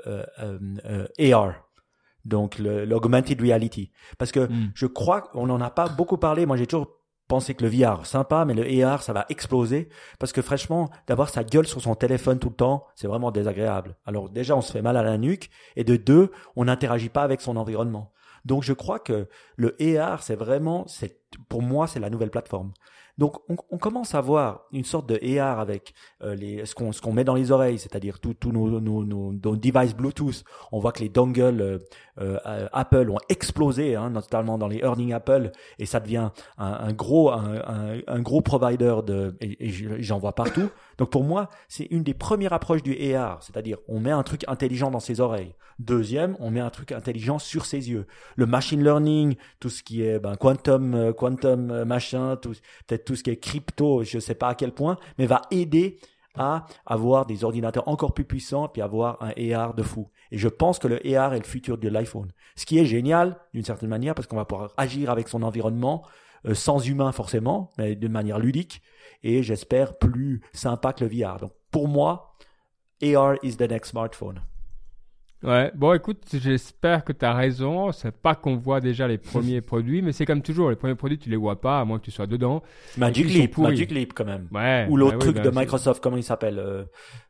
AR. Donc l'augmented reality. Parce que je crois qu'on n'en a pas beaucoup parlé. Moi, j'ai toujours pensé que le VR, sympa, mais le AR, ça va exploser. Parce que franchement, d'avoir sa gueule sur son téléphone tout le temps, c'est vraiment désagréable. Alors déjà, on se fait mal à la nuque. Et de deux, on n'interagit pas avec son environnement. Donc je crois que le AR, pour moi, c'est la nouvelle plateforme. Donc on commence à voir une sorte de AR avec ce qu'on met dans les oreilles, c'est-à-dire tous nos devices Bluetooth. On voit que les dongles Apple ont explosé, notamment dans les earnings Apple, et ça devient un gros provider et j'en vois partout. Donc pour moi, c'est une des premières approches du AR, c'est-à-dire on met un truc intelligent dans ses oreilles. Deuxième, on met un truc intelligent sur ses yeux. Le machine learning, tout ce qui est quantum machin, peut-être tout ce qui est crypto, je sais pas à quel point, mais va aider à avoir des ordinateurs encore plus puissants puis avoir un AR de fou. Et je pense que le AR est le futur de l'iPhone. Ce qui est génial d'une certaine manière parce qu'on va pouvoir agir avec son environnement sans humain forcément, mais d'une manière ludique et j'espère plus sympa que le VR. Donc pour moi, AR is the next smartphone. Ouais, bon écoute, j'espère que tu as raison. C'est pas qu'on voit déjà les premiers produits, mais c'est comme toujours, les premiers produits tu les vois pas à moins que tu sois dedans. Magic Leap quand même. Ouais. Ou l'autre truc de Microsoft, comment il s'appelle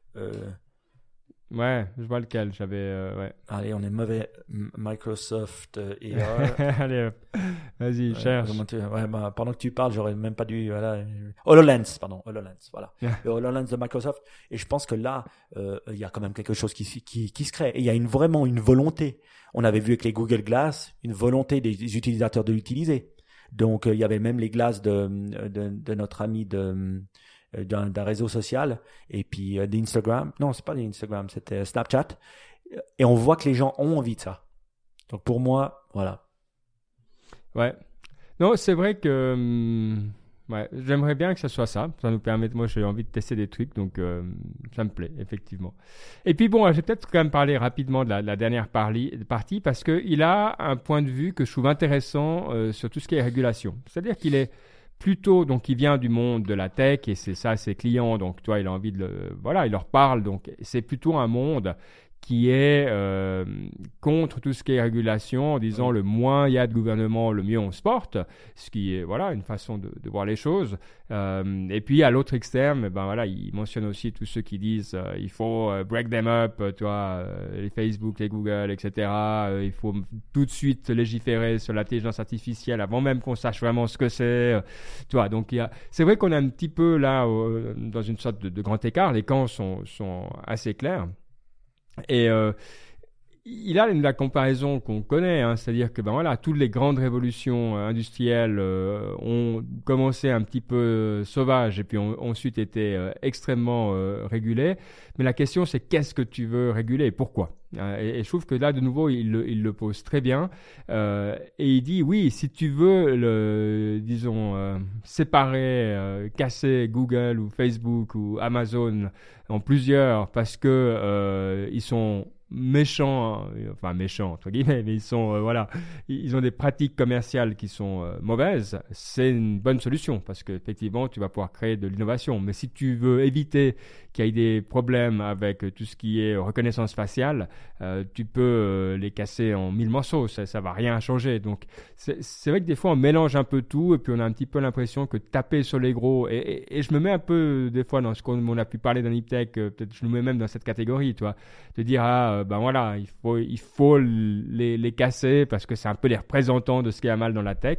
Ouais, je vois lequel. Ouais. Allez, on est mauvais. Microsoft AR. Allez, vas-y, cherche. Pendant que tu parles, j'aurais même pas dû. Voilà. HoloLens, voilà. Le HoloLens de Microsoft. Et je pense que là, il y a quand même quelque chose qui se crée. Et il y a vraiment une volonté. On avait vu avec les Google Glass une volonté des utilisateurs de l'utiliser. Donc, il y avait même les glaces de notre ami d'un réseau social et puis d'Instagram. Non, c'est pas d'Instagram, c'était Snapchat. Et on voit que les gens ont envie de ça. Donc pour moi, voilà. Ouais. Non, c'est vrai que Ouais, j'aimerais bien que ça soit ça. Ça nous permet, moi j'ai envie de tester des trucs, donc ça me plaît, effectivement. Et puis bon, je vais peut-être quand même parler rapidement de la dernière partie, parce qu'il a un point de vue que je trouve intéressant sur tout ce qui est régulation. C'est-à-dire qu'il est plutôt, donc il vient du monde de la tech, et c'est ça ses clients, donc toi il a envie voilà, il leur parle, donc c'est plutôt un monde qui est contre tout ce qui est régulation, en disant le moins il y a de gouvernement, le mieux on se porte, ce qui est voilà une façon de voir les choses. Et puis à l'autre extrême, ben voilà, il mentionne aussi tous ceux qui disent il faut break them up, tu vois, les Facebook, les Google, etc. Il faut tout de suite légiférer sur l'intelligence artificielle avant même qu'on sache vraiment ce que c'est. Tu vois, donc c'est vrai qu'on a un petit peu là dans une sorte de grand écart. Les camps sont assez clairs. Et il a la comparaison qu'on connaît, hein, c'est-à-dire que ben voilà, toutes les grandes révolutions industrielles ont commencé un petit peu sauvages et puis ont ensuite été extrêmement régulées. Mais la question, c'est qu'est-ce que tu veux réguler et pourquoi? Et je trouve que là, de nouveau, il le pose très bien. Et il dit, oui, si tu veux, disons, séparer, casser Google ou Facebook ou Amazon en plusieurs parce que ils sont méchants, enfin méchants entre guillemets, mais ils sont voilà, ils ont des pratiques commerciales qui sont mauvaises, c'est une bonne solution parce qu'effectivement tu vas pouvoir créer de l'innovation. Mais si tu veux éviter qu'il y ait des problèmes avec tout ce qui est reconnaissance faciale, tu peux les casser en 1000 morceaux, ça va rien changer. Donc c'est vrai que des fois on mélange un peu tout et puis on a un petit peu l'impression que taper sur les gros, et je me mets un peu des fois dans ce qu'on a pu parler dans Niptech, peut-être je nous mets même dans cette catégorie, tu vois, de dire ben voilà, il faut les casser parce que c'est un peu les représentants de ce qui est mal dans la tech.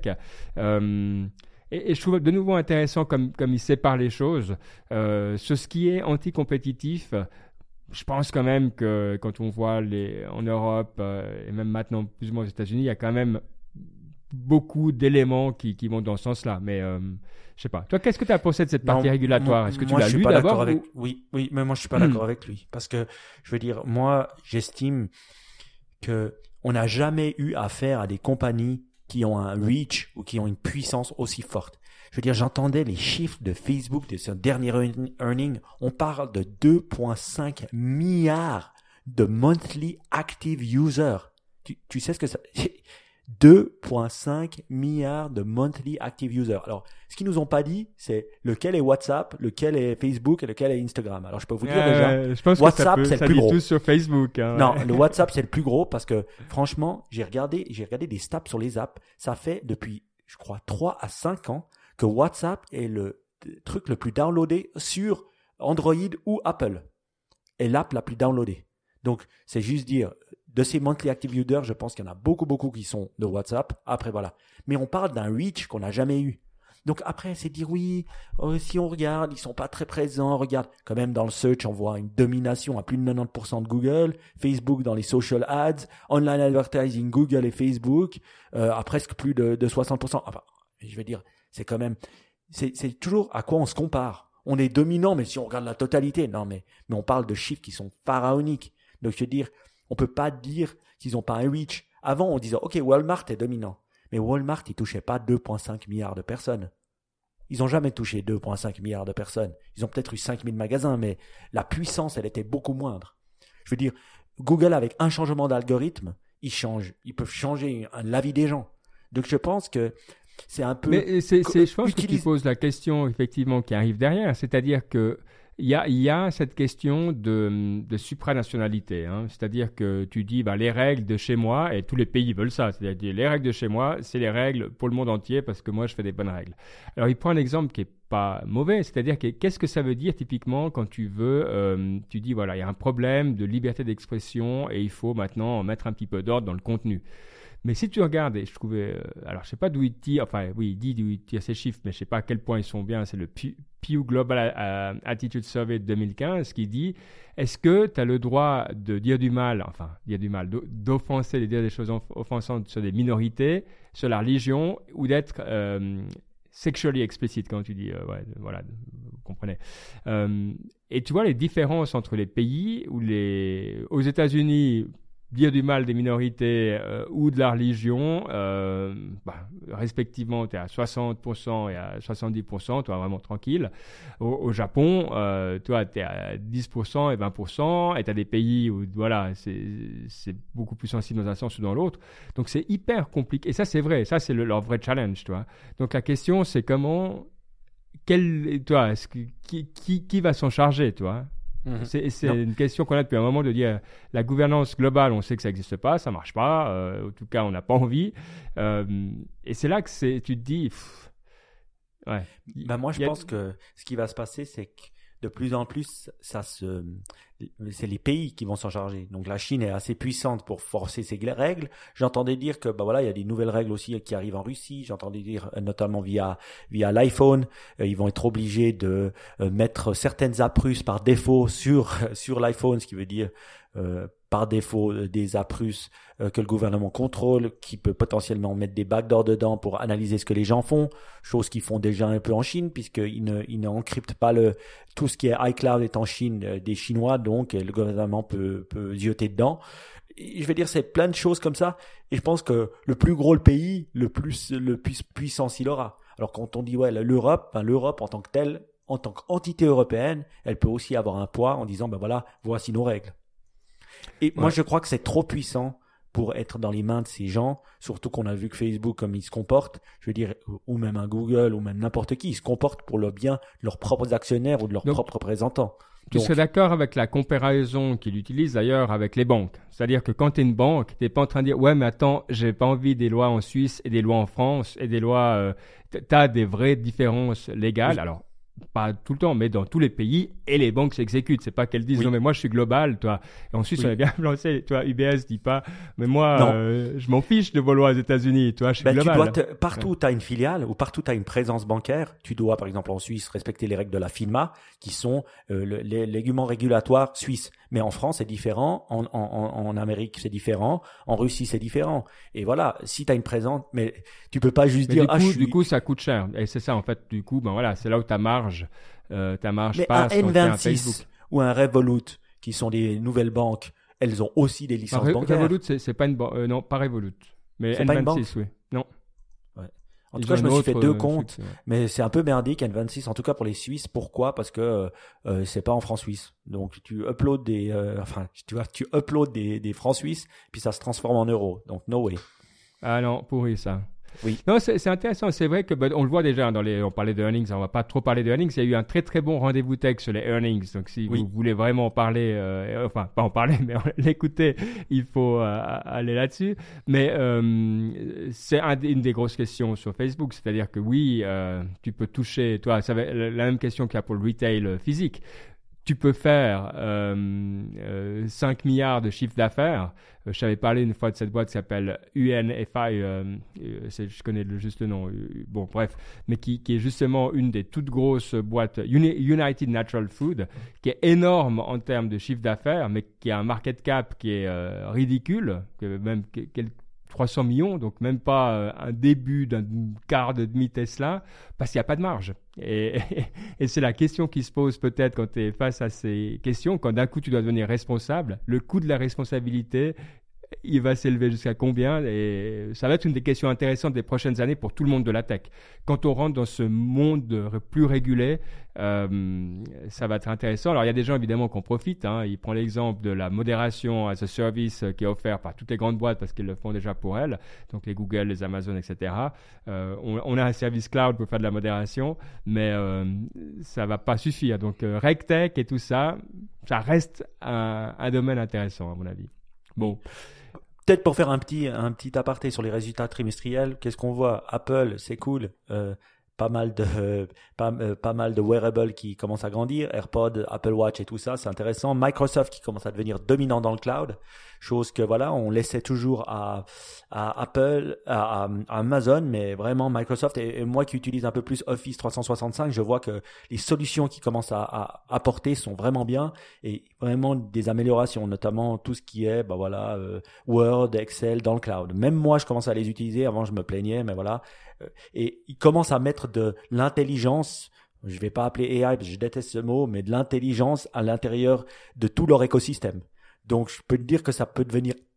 Et je trouve de nouveau intéressant comme il sépare les choses. Sur ce qui est anticompétitif, je pense quand même que quand on voit en Europe et même maintenant plus ou moins aux États-Unis, il y a quand même beaucoup d'éléments qui vont dans ce sens-là. Mais je sais pas. Toi, qu'est-ce que tu as pensé de cette partie régulatoire? Est-ce que tu l'as lu d'abord Oui, mais moi je suis pas d'accord avec lui parce que je veux dire, moi j'estime que on n'a jamais eu affaire à des compagnies qui ont un reach ou qui ont une puissance aussi forte. Je veux dire, j'entendais les chiffres de Facebook de son dernier earning. On parle de 2,5 milliards de monthly active users. Tu sais ce que ça... 2,5 milliards de monthly active users. Alors, ce qu'ils nous ont pas dit, c'est lequel est WhatsApp, lequel est Facebook et lequel est Instagram. Alors, je peux vous dire déjà, je pense WhatsApp, que c'est le plus gros. Tous sur Facebook. Hein, non, le WhatsApp, c'est le plus gros parce que, franchement, j'ai regardé des stats sur les apps. Ça fait depuis, je crois, 3 à 5 ans que WhatsApp est le truc le plus downloadé sur Android ou Apple. Et l'app la plus downloadée. Donc, c'est juste dire, de ces monthly active users, je pense qu'il y en a beaucoup qui sont de WhatsApp. Après, voilà. Mais on parle d'un reach qu'on n'a jamais eu. Donc après, c'est dire oui, si on regarde, ils sont pas très présents. Regarde, quand même dans le search, on voit une domination à plus de 90% de Google, Facebook dans les social ads, online advertising, Google et Facebook, à presque plus de 60%. Enfin, je veux dire, c'est quand même, c'est toujours à quoi on se compare. On est dominant, mais si on regarde la totalité, non, mais on parle de chiffres qui sont pharaoniques. Donc je veux dire, on peut pas dire qu'ils n'ont pas un reach. Avant, on disait, OK, Walmart est dominant. Mais Walmart, il touchait pas 2,5 milliards de personnes. Ils n'ont jamais touché 2,5 milliards de personnes. Ils ont peut-être eu 5000 magasins, mais la puissance, elle était beaucoup moindre. Je veux dire, Google, avec un changement d'algorithme, ils peuvent changer la vie des gens. Donc, je pense que c'est un peu... Mais je pense que tu poses la question, effectivement, qui arrive derrière. C'est-à-dire que il y a cette question de supranationalité, hein. C'est-à-dire que tu dis les règles de chez moi, et tous les pays veulent ça, c'est-à-dire les règles de chez moi, c'est les règles pour le monde entier parce que moi je fais des bonnes règles. Alors il prend un exemple qui est pas mauvais, c'est-à-dire qu'est-ce que ça veut dire typiquement quand tu dis voilà, il y a un problème de liberté d'expression et il faut maintenant mettre un petit peu d'ordre dans le contenu. Mais si tu regardes, et je trouvais, alors je sais pas d'où il tire, enfin oui, il dit d'où il tire ces chiffres, mais je sais pas à quel point ils sont bien, c'est le Pew Global Attitude Survey de 2015 qui dit, est-ce que tu as le droit de dire du mal, d'offenser, de dire des choses offensantes sur des minorités, sur la religion, ou d'être sexually explicit, quand tu dis, voilà, vous comprenez. Et tu vois les différences entre les pays, aux États-Unis, dire du mal des minorités ou de la religion, respectivement, tu es à 60% et à 70%, tu es vraiment tranquille. Au Japon, toi, tu es à 10% et 20%, et tu as des pays où voilà, c'est beaucoup plus sensible dans un sens ou dans l'autre. Donc, c'est hyper compliqué. Et ça, c'est vrai. Ça, c'est leur vrai challenge, tu vois. Donc, la question, c'est qui va s'en charger, tu vois? C'est une question qu'on a depuis un moment de dire la gouvernance globale, on sait que ça n'existe pas, ça ne marche pas, en tout cas on n'a pas envie. Et c'est là que tu te dis, ouais. Moi je pense que ce qui va se passer, c'est que de plus en plus, c'est les pays qui vont s'en charger. Donc la Chine est assez puissante pour forcer ces règles. J'entendais dire que voilà, il y a des nouvelles règles aussi qui arrivent en Russie. J'entendais dire notamment via l'iPhone, ils vont être obligés de mettre certaines apps russes par défaut sur l'iPhone, ce qui veut dire par défaut des apps russes que le gouvernement contrôle, qui peut potentiellement mettre des backdoors dedans pour analyser ce que les gens font, chose qu'ils font déjà un peu en Chine, puisqu'ils n'encryptent pas tout ce qui est iCloud est en Chine des Chinois, donc le gouvernement peut zioter dedans. Et je vais dire, c'est plein de choses comme ça, et je pense que le plus gros le pays, le plus puissance il aura. Alors quand on dit l'Europe en tant que telle, en tant qu'entité européenne, elle peut aussi avoir un poids en disant voilà, voici nos règles. Et moi, je crois que c'est trop puissant pour être dans les mains de ces gens, surtout qu'on a vu que Facebook, comme il se comporte, je veux dire, ou même un Google, ou même n'importe qui, ils se comportent pour le bien de leurs propres actionnaires ou de leurs propres représentants. Tu serais d'accord avec la comparaison qu'il utilise d'ailleurs avec les banques. C'est-à-dire que quand tu es une banque, tu n'es pas en train de dire « Ouais, mais attends, j'ai pas envie des lois en Suisse et des lois en France et des lois… tu as des vraies différences légales. Oui. Alors, pas tout le temps, mais dans tous les pays, et les banques s'exécutent. C'est pas qu'elles disent non mais moi je suis global, toi. Et en Suisse on est bien lancé, toi. UBS dit pas, mais moi je m'en fiche de vos lois aux États-Unis, toi. Je suis global. Partout où tu as une filiale ou partout où tu as une présence bancaire, tu dois par exemple en Suisse respecter les règles de la FINMA, qui sont les règlements régulatoires suisses. Mais en France c'est différent, en Amérique c'est différent, en Russie c'est différent. Et voilà, si tu as une présence, mais tu peux pas juste dire du coup ça coûte cher. Et c'est ça en fait. Du coup c'est là où ta marge mais passe. Un N26 ou un Revolut, qui sont des nouvelles banques, elles ont aussi des licences bancaires. Revolut, c'est pas une banque. Non, pas Revolut. Mais c'est N26, pas une banque. Oui. Non. Ouais. En tout cas, je me suis fait deux comptes, mais c'est un peu merdique N26, en tout cas pour les Suisses. Pourquoi ? Parce que c'est pas en francs suisses. Donc tu uploads des francs suisses, puis ça se transforme en euros. Donc no way. Ah non, pourri ça. Oui. Non, c'est intéressant. C'est vrai que on le voit déjà on parlait de earnings, on va pas trop parler de earnings. Il y a eu un très très bon rendez-vous tech sur les earnings. Donc si vous voulez vraiment parler, pas en parler, mais l'écouter, il faut aller là-dessus. Mais c'est une des grosses questions sur Facebook, c'est-à-dire que oui, tu peux toucher, toi, ça va la même question qu'il y a pour le retail physique. Tu peux faire 5 milliards de chiffre d'affaires. Je t'avais parlé une fois de cette boîte qui s'appelle UNFI, je connais le juste nom, bon bref, mais qui est justement une des toutes grosses boîtes, United Natural Food, qui est énorme en termes de chiffre d'affaires, mais qui a un market cap qui est ridicule, même 300 millions, donc même pas un début d'un quart de demi Tesla, parce qu'il n'y a pas de marge. Et c'est la question qui se pose peut-être quand tu es face à ces questions, quand d'un coup tu dois devenir responsable, le coût de la responsabilité, il va s'élever jusqu'à combien? Et ça va être une des questions intéressantes des prochaines années pour tout le monde de la tech. Quand on rentre dans ce monde plus régulé, ça va être intéressant. Alors, il y a des gens évidemment qui en profitent. Il prend l'exemple de la modération as a service qui est offert par toutes les grandes boîtes parce qu'ils le font déjà pour elles. Donc, les Google, les Amazon, etc. On a un service cloud pour faire de la modération, mais ça ne va pas suffire. Donc, RegTech et tout ça, ça reste un domaine intéressant à mon avis. Bon. Peut-être pour faire un petit aparté sur les résultats trimestriels, qu'est-ce qu'on voit? Apple, c'est cool. Pas mal de wearables qui commencent à grandir, AirPods, Apple Watch et tout ça, c'est intéressant. Microsoft qui commence à devenir dominant dans le cloud, chose que voilà, on laissait toujours à Apple, à Amazon, mais vraiment Microsoft et moi qui utilise un peu plus Office 365, je vois que les solutions qui commencent à apporter sont vraiment bien et vraiment des améliorations, notamment tout ce qui est Word, Excel dans le cloud. Même moi, je commence à les utiliser. Avant, je me plaignais, mais voilà. Et ils commencent à mettre de l'intelligence, je vais pas appeler AI parce que je déteste ce mot, mais de l'intelligence à l'intérieur de tout leur écosystème. Donc, je peux te dire que ça peut devenir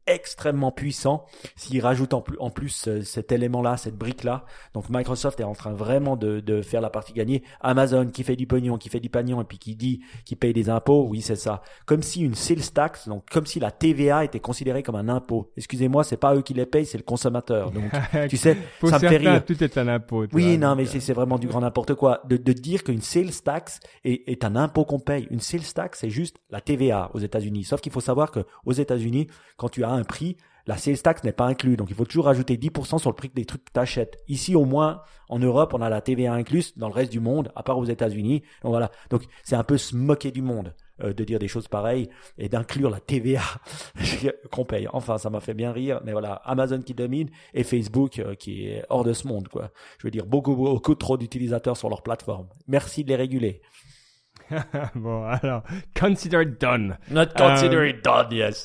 extrêmement puissant s'ils rajoutent en plus cet élément-là, cette brique-là. Donc Microsoft est en train vraiment de faire la partie gagnée. Amazon qui fait du pognon et puis qui dit qu'il paye des impôts, oui c'est ça. Comme si une sales tax, donc comme si la TVA était considérée comme un impôt. Excusez-moi, c'est pas eux qui les payent, c'est le consommateur. Donc tu sais, Pour ça me fait certains, rire. tout est un impôt. tu Oui, vois, non, mais donc, c'est vraiment du grand n'importe quoi. De dire qu'une sales tax est un impôt qu'on paye. Une sales tax, c'est juste la TVA aux États-Unis. Sauf qu'il faut savoir que aux États-Unis, quand tu as un prix, la sales tax n'est pas inclus. Donc, il faut toujours rajouter 10% sur le prix des trucs que tu achètes. Ici, au moins, en Europe, on a la TVA incluse. Dans le reste du monde, à part aux États-Unis. Donc, voilà. Donc, c'est un peu se moquer du monde de dire des choses pareilles et d'inclure la TVA qu'on paye. Enfin, ça m'a fait bien rire. Mais voilà, Amazon qui domine et Facebook qui est hors de ce monde, quoi. Je veux dire, beaucoup trop d'utilisateurs sur leur plateforme. Merci de les réguler. Bon, alors, consider it done. Not consider it done, yes.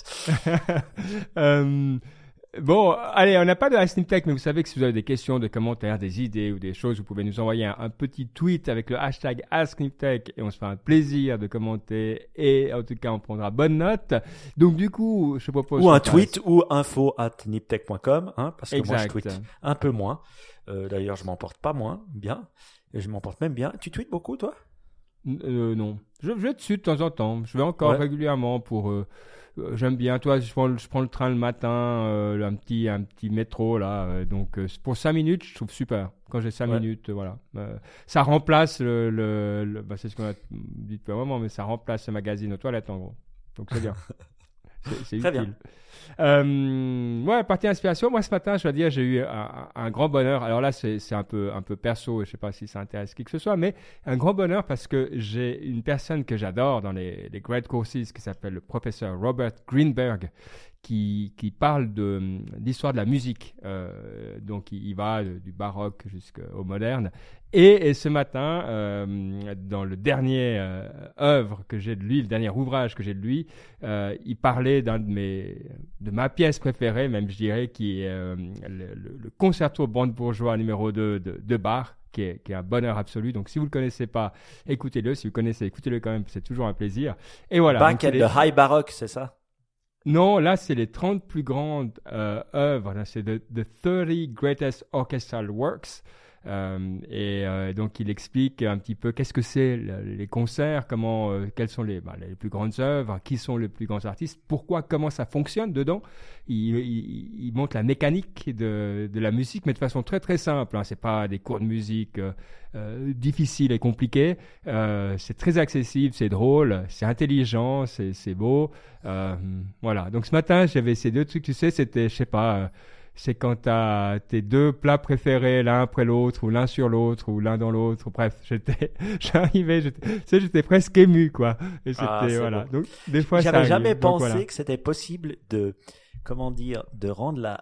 Bon, allez, on n'a pas de Ask Niptech, mais vous savez que si vous avez des questions, des commentaires, des idées ou des choses, vous pouvez nous envoyer un petit tweet avec le hashtag Ask Niptech et on se fera un plaisir de commenter et en tout cas, on prendra bonne note. Donc, du coup, je propose... Ou un tweet ou info@niptech.com, hein, parce que Exact. moi je tweete un peu moins. D'ailleurs, je m'en porte pas moins bien. Je m'en porte même bien. Tu tweets beaucoup, toi? Non. Je vais dessus de temps en temps. Je vais encore Ouais. régulièrement pour... j'aime bien. Toi, je prends le train le matin, un petit métro, là. Donc, pour 5 minutes, je trouve super. Quand j'ai 5 Ouais. minutes, voilà. Ça remplace bah, c'est ce qu'on a dit depuis un moment, mais ça remplace le magazine aux toilettes, en gros. Donc, c'est bien. C'est Très utile. Ouais, partie inspiration. Moi, ce matin, je dois dire, j'ai eu un grand bonheur. Alors là, c'est un peu perso. Je sais pas si ça intéresse qui que ce soit, mais un grand bonheur parce que j'ai une personne que j'adore dans les Great Courses qui s'appelle le professeur Robert Greenberg, qui parle d'histoire de la musique. Donc, il va du baroque jusqu'au moderne. Et ce matin, dans le dernier œuvre que j'ai de lui, le dernier ouvrage que j'ai de lui, il parlait de ma pièce préférée, même je dirais, qui est le concerto brandebourgeois numéro 2 de Bach, qui est un bonheur absolu. Donc, si vous ne le connaissez pas, écoutez-le. Si vous le connaissez, écoutez-le quand même, c'est toujours un plaisir. Et voilà. Bach and the High Baroque, c'est ça? Non, là, c'est les 30 plus grandes œuvres. Là, c'est the 30 Greatest Orchestral Works. Donc, il explique un petit peu qu'est-ce que c'est les concerts, quelles sont les plus grandes œuvres, qui sont les plus grands artistes, comment ça fonctionne dedans. Il montre la mécanique de la musique, mais de façon très très simple. Hein. C'est pas des cours de musique difficiles et compliqués. C'est très accessible, c'est drôle, c'est intelligent, c'est beau. Voilà. Donc ce matin, j'avais ces deux trucs. Tu sais, c'était, je sais pas. C'est quand tu as tes deux plats préférés l'un après l'autre, ou l'un sur l'autre, ou l'un dans l'autre. Bref, j'étais presque ému, quoi. Et c'était, voilà. Beau. Donc, des fois, ça J'avais arrive. jamais Donc, pensé voilà. que c'était possible de rendre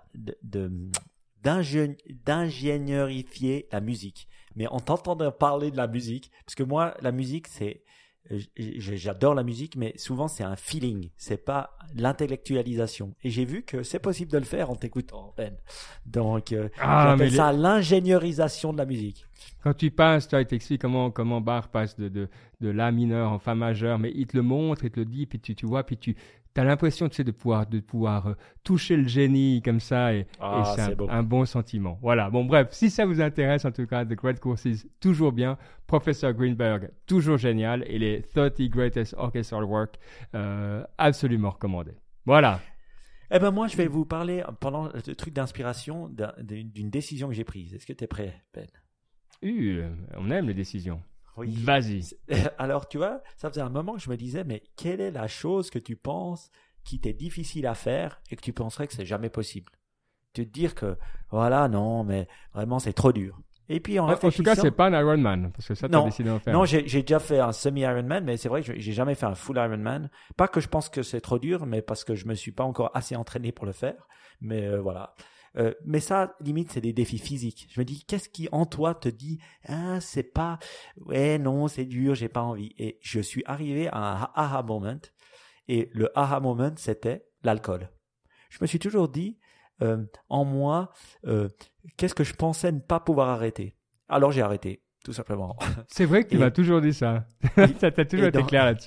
d'ingénieurifier la musique. Mais en t'entendant parler de la musique, parce que moi, la musique, j'adore la musique, mais souvent c'est un feeling, c'est pas l'intellectualisation. Et j'ai vu que c'est possible de le faire en t'écoutant, Ben. Donc, j'appelle ça l'ingénierisation de la musique. Quand tu passes, il t'explique comment Bach passe de La mineur en Fa majeur, mais il te le montre, il te le dit, puis tu vois, puis tu as l'impression, tu sais, de pouvoir toucher le génie comme ça, et c'est un bon sentiment. Voilà. Bon, bref, si ça vous intéresse, en tout cas, The Great Courses, toujours bien. Professeur Greenberg, toujours génial. Et les 30 Greatest Orchestral Works, absolument recommandés. Voilà. Eh ben, moi, je vais vous parler, pendant le truc d'inspiration, d'une décision que j'ai prise. Est-ce que tu es prêt, Ben? On aime les décisions. Oui. Vas-y. Alors, tu vois, ça faisait un moment que je me disais, mais quelle est la chose que tu penses qui t'est difficile à faire et que tu penserais que c'est jamais possible? Te dire que, voilà, non, mais vraiment, c'est trop dur. Et puis, en tout cas, c'est pas un Ironman, parce que ça, tu as décidé d'en faire. Non, j'ai déjà fait un semi-Ironman, mais c'est vrai que j'ai jamais fait un full Ironman. Pas que je pense que c'est trop dur, mais parce que je me suis pas encore assez entraîné pour le faire. Mais voilà. Mais ça, limite, c'est des défis physiques. Je me dis, qu'est-ce qui en toi te dit, c'est pas, ouais, non, c'est dur, j'ai pas envie. Et je suis arrivé à un aha moment. Et le aha moment, c'était l'alcool. Je me suis toujours dit, en moi, qu'est-ce que je pensais ne pas pouvoir arrêter. Alors j'ai arrêté, tout simplement. C'est vrai que tu m'as toujours dit ça. Ça t'a toujours été clair là-dessus. Ouais.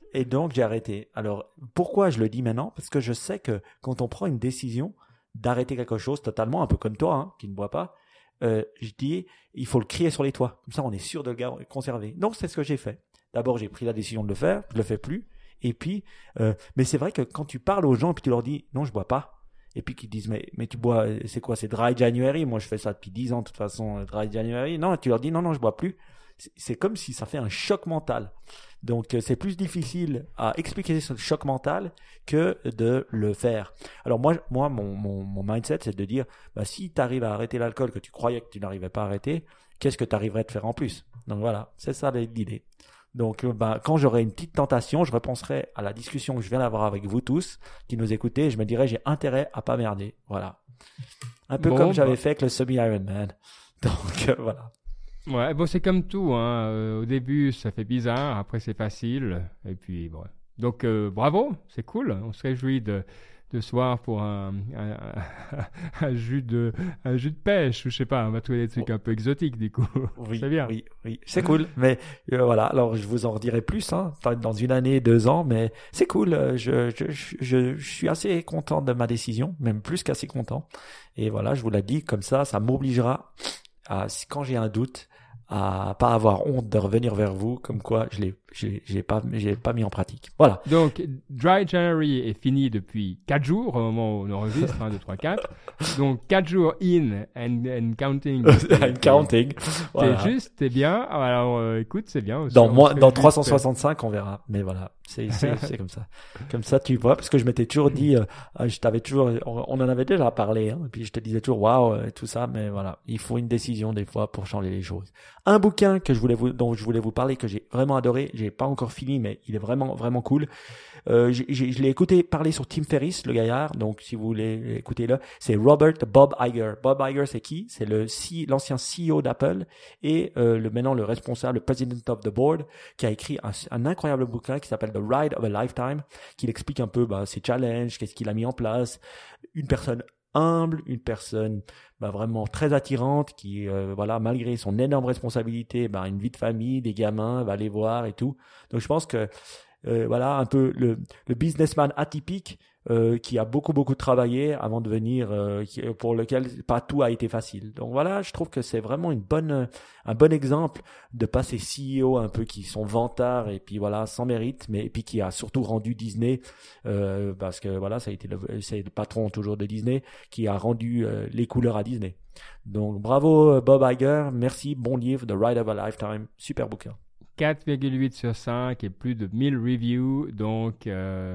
Et donc, j'ai arrêté. Alors, pourquoi je le dis maintenant? Parce que je sais que quand on prend une décision d'arrêter quelque chose totalement, un peu comme toi, hein, qui ne bois pas, je dis, il faut le crier sur les toits. Comme ça, on est sûr de le conserver. Donc, c'est ce que j'ai fait. D'abord, j'ai pris la décision de le faire. Je le fais plus. Et puis, mais c'est vrai que quand tu parles aux gens et puis tu leur dis, non, je bois pas. Et puis qu'ils disent, mais tu bois, c'est quoi? C'est Dry January. Moi, je fais ça depuis 10 ans, de toute façon, Dry January. Non, tu leur dis, non, non, je bois plus. C'est comme si ça fait un choc mental. Donc, c'est plus difficile à expliquer ce choc mental que de le faire. Alors, moi mon mindset, c'est de dire, bah, si tu arrives à arrêter l'alcool que tu croyais que tu n'arrivais pas à arrêter, qu'est-ce que tu arriverais à faire en plus? Donc, voilà, c'est ça l'idée. Donc, bah, quand j'aurai une petite tentation, je repenserai à la discussion que je viens d'avoir avec vous tous qui nous écoutez et je me dirai, j'ai intérêt à pas merder. Voilà. Un peu comme j'avais fait avec le semi-Ironman. Donc, voilà. Ouais, bon, c'est comme tout, hein. Au début, ça fait bizarre, après, c'est facile, et puis, bon. Donc, bravo, c'est cool. On se réjouit de soir pour un jus de pêche, ou je sais pas, on va trouver des trucs un peu exotiques, du coup. Oui, c'est bien. Oui, c'est cool. Mais voilà, alors je vous en redirai plus, hein, dans une année, 2 ans, mais c'est cool. Je suis assez content de ma décision, même plus qu'assez content. Et voilà, je vous l'ai dit, comme ça m'obligera quand j'ai un doute, à pas avoir honte de revenir vers vous, comme quoi j'ai pas mis en pratique. Voilà. Donc, Dry January est fini depuis 4 jours, au moment où on enregistre, 1, 2, 3, 4. Donc, 4 jours in and counting. And counting. Voilà. T'es bien. Alors, écoute, c'est bien. Dans 365, on verra. Mais voilà, c'est comme ça. Comme ça, tu vois, parce que je m'étais toujours dit, on en avait déjà parlé, hein, et puis je te disais toujours, waouh, et tout ça, mais voilà, il faut une décision des fois pour changer les choses. Un bouquin dont je voulais vous parler, que j'ai vraiment adoré, j'ai pas encore fini, mais il est vraiment, vraiment cool. Je l'ai écouté parler sur Tim Ferriss, le gaillard, donc si vous voulez écouter-le, c'est Bob Iger. Bob Iger, c'est qui? C'est l'ancien CEO d'Apple et maintenant le responsable, le president of the board, qui a écrit un incroyable bouquin qui s'appelle The Ride of a Lifetime, qui explique un peu ses challenges, qu'est-ce qu'il a mis en place. Une personne humble, une personne vraiment très attirante qui malgré son énorme responsabilité, une vie de famille, des gamins, va les voir et tout. Donc je pense que un peu le businessman atypique qui a beaucoup travaillé avant de venir, pour lequel pas tout a été facile. Donc voilà, je trouve que c'est vraiment un bon exemple de passer CEO un peu qui sont vantards et puis voilà sans mérite, mais et puis qui a surtout rendu Disney parce que voilà ça a été c'est le patron toujours de Disney qui a rendu les couleurs à Disney. Donc bravo Bob Iger, merci, bon livre, The Ride of a Lifetime, super bouquin. 4,8 sur 5 et plus de 1000 reviews, donc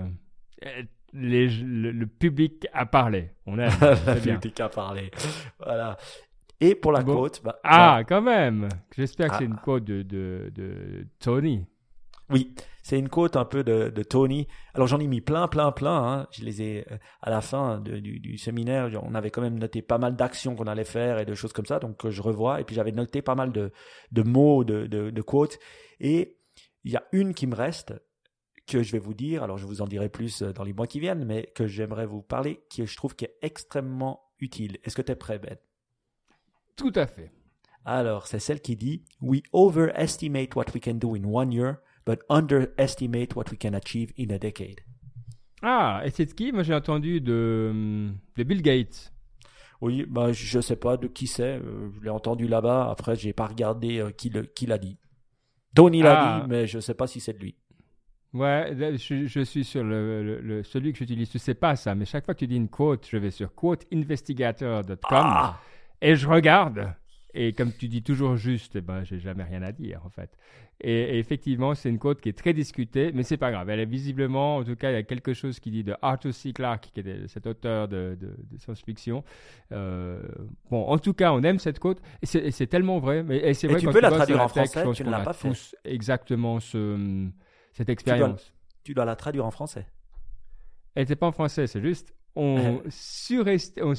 le public a parlé. Le public a parlé. Voilà. Et pour la quote... quand même. J'espère que c'est une quote de Tony. Oui, c'est une quote un peu de Tony. Alors j'en ai mis plein. Hein. Je les ai à la fin du séminaire. On avait quand même noté pas mal d'actions qu'on allait faire et de choses comme ça. Donc je revois. Et puis j'avais noté pas mal de mots, de quotes. Et il y a une qui me reste que je vais vous dire. Alors je vous en dirai plus dans les mois qui viennent, mais que j'aimerais vous parler, je trouve qui est extrêmement utile. Est-ce que tu es prêt, Ben? Tout à fait. Alors c'est celle qui dit « We overestimate what we can do in 1 year, but underestimate what we can achieve in a decade. » Ah, et c'est de qui? Moi, j'ai entendu de Bill Gates. Oui, je sais pas de qui c'est. Je l'ai entendu là-bas. Après, j'ai pas regardé qui l'a dit. Tony l'a dit, mais je sais pas si c'est de lui. Ouais, je suis sur celui que j'utilise. Tu sais pas ça, mais chaque fois que tu dis une quote, je vais sur quoteinvestigator.com et je regarde. Et comme tu dis toujours juste, j'ai jamais rien à dire en fait. Et effectivement, c'est une quote qui est très discutée, mais c'est pas grave. Elle est visiblement, en tout cas, il y a quelque chose qui dit de Arthur C. Clarke, qui est cet auteur de science-fiction. En tout cas, on aime cette quote et c'est tellement vrai. Et c'est vrai tu peux la traduire en français. Tu ne l'as pas fait. Tous exactement cette expérience. Tu dois la traduire en français. Elle n'était pas en français, c'est juste. On surestime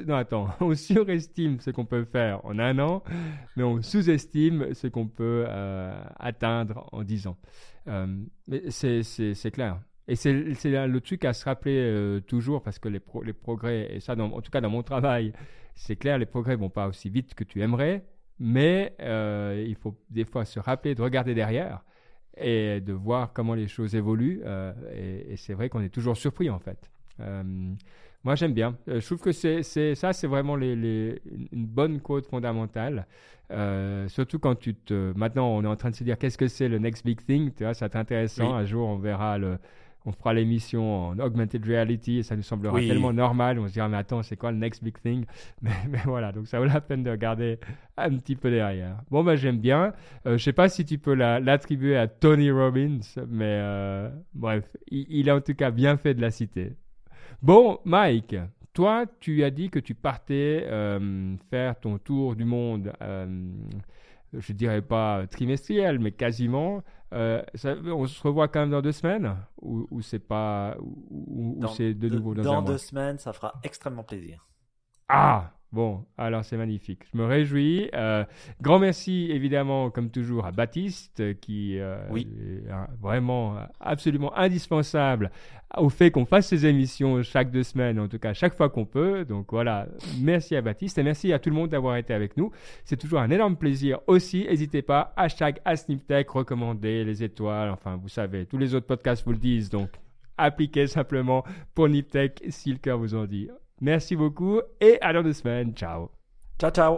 ce qu'on peut faire en 1 an, mais on sous-estime ce qu'on peut atteindre en 10 ans. Mais c'est clair. Et c'est le truc à se rappeler toujours, parce que les progrès, et ça, en tout cas dans mon travail, c'est clair, les progrès ne vont pas aussi vite que tu aimerais, mais il faut des fois se rappeler de regarder derrière et de voir comment les choses évoluent. Et c'est vrai qu'on est toujours surpris en fait. Moi, j'aime bien. Je trouve que c'est vraiment une bonne quote fondamentale. Surtout quand maintenant, on est en train de se dire qu'est-ce que c'est le next big thing. Tu vois, c'est intéressant. Oui, Un jour, on fera l'émission en augmented reality et ça nous semblera tellement oui. normal. On se dira, mais attends, c'est quoi le next big thing? Mais voilà, donc ça vaut la peine de regarder un petit peu derrière. Bon, bah, j'aime bien. Je sais pas si tu peux l'attribuer à Tony Robbins, mais bref, il a en tout cas bien fait de la citer. Bon, Mike, toi, tu as dit que tu partais faire ton tour du monde, je dirais pas trimestriel, mais quasiment. On se revoit quand même dans 2 semaines ou c'est pas ou c'est de nouveau dans un Dans deux mois? semaines, ça fera extrêmement plaisir. Ah, bon, alors c'est magnifique. Je me réjouis. Grand merci évidemment, comme toujours, à Baptiste, qui Oui, est vraiment absolument indispensable au fait qu'on fasse ces émissions chaque 2 semaines, en tout cas chaque fois qu'on peut. Donc voilà, merci à Baptiste et merci à tout le monde d'avoir été avec nous. C'est toujours un énorme plaisir aussi. N'hésitez pas, hashtag AsnipTech, recommander les étoiles. Enfin, vous savez, tous les autres podcasts vous le disent. Donc, appliquez simplement pour NipTech si le cœur vous en dit. Merci beaucoup et à dans 2 semaines. Ciao. ciao, ciao.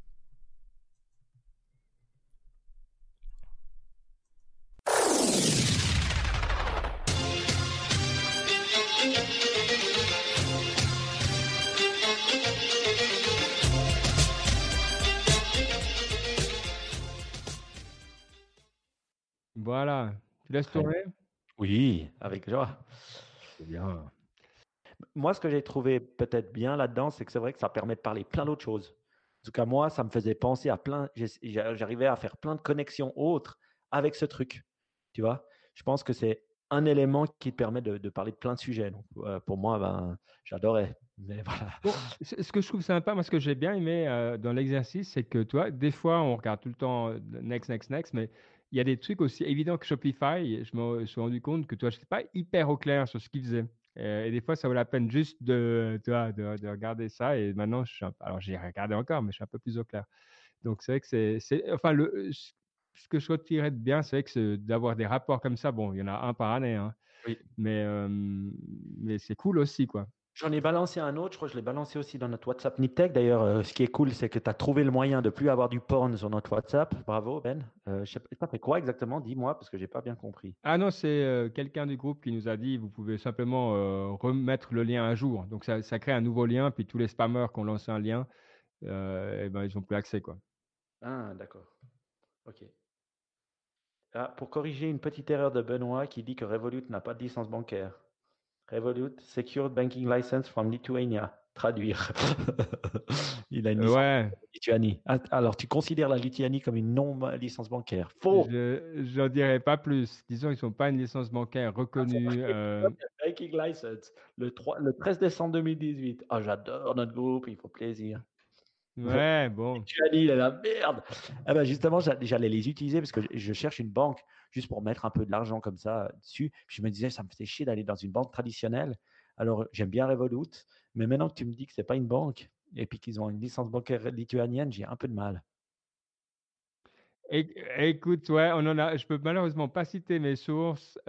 Voilà. Tu laisses Très bien. tourner? Oui, avec joie. C'est bien. Moi, ce que j'ai trouvé peut-être bien là-dedans, c'est que c'est vrai que ça permet de parler plein d'autres choses. En tout cas, moi, ça me faisait penser à j'arrivais à faire plein de connexions autres avec ce truc. Tu vois? Je pense que c'est un élément qui te permet de parler de plein de sujets. Donc, pour moi, ben, j'adorais. Mais voilà. Bon, ce que je trouve sympa, moi, ce que j'ai bien aimé dans l'exercice, c'est que, toi, des fois, on regarde tout le temps next, next, next, mais il y a des trucs aussi évidents que Shopify. Je me suis rendu compte que, toi, je n'étais pas hyper au clair sur ce qu'ils faisaient. Et des fois, ça vaut la peine juste de regarder ça. Et maintenant, alors, j'ai regardé encore, mais je suis un peu plus au clair. Donc, c'est vrai que enfin, ce que je retirais de bien, c'est vrai que d'avoir des rapports comme ça. Bon, il y en a un par année, hein, Oui. mais, euh, mais c'est cool aussi, quoi. J'en ai balancé un autre, je crois que je l'ai balancé aussi dans notre WhatsApp Niptech. D'ailleurs, ce qui est cool, c'est que tu as trouvé le moyen de plus avoir du porn sur notre WhatsApp. Bravo, Ben. Je sais pas, ça fait quoi exactement? Dis-moi, parce que j'ai pas bien compris. Ah non, c'est quelqu'un du groupe qui nous a dit, vous pouvez simplement remettre le lien à jour. Donc ça crée un nouveau lien, puis tous les spammers qui ont lancé un lien, eh ben, ils n'ont plus accès, quoi. Ah, d'accord. Ok. Ah, pour corriger une petite erreur de Benoît qui dit que Revolut n'a pas de licence bancaire. Revolut, Secured Banking License from Lithuania. Traduire. Il a une licence Ouais, de Lituanie. Ah, alors, tu considères la Lituanie comme une non-licence bancaire? Faux! j'en dirai pas plus. Disons, ils sont pas une licence bancaire Ah, c'est reconnue. marqué Banking License, le 13 décembre 2018. Ah, j'adore notre groupe, il faut plaisir. Ouais, bon. Lituanie, il est la merde. Ah ben justement, j'allais les utiliser parce que je cherche une banque juste pour mettre un peu de l'argent comme ça dessus. Puis je me disais, ça me fait chier d'aller dans une banque traditionnelle. Alors, j'aime bien Revolut, mais maintenant que tu me dis que c'est pas une banque et puis qu'ils ont une licence bancaire lituanienne, j'ai un peu de mal. Écoute, ouais, je peux malheureusement pas citer mes sources,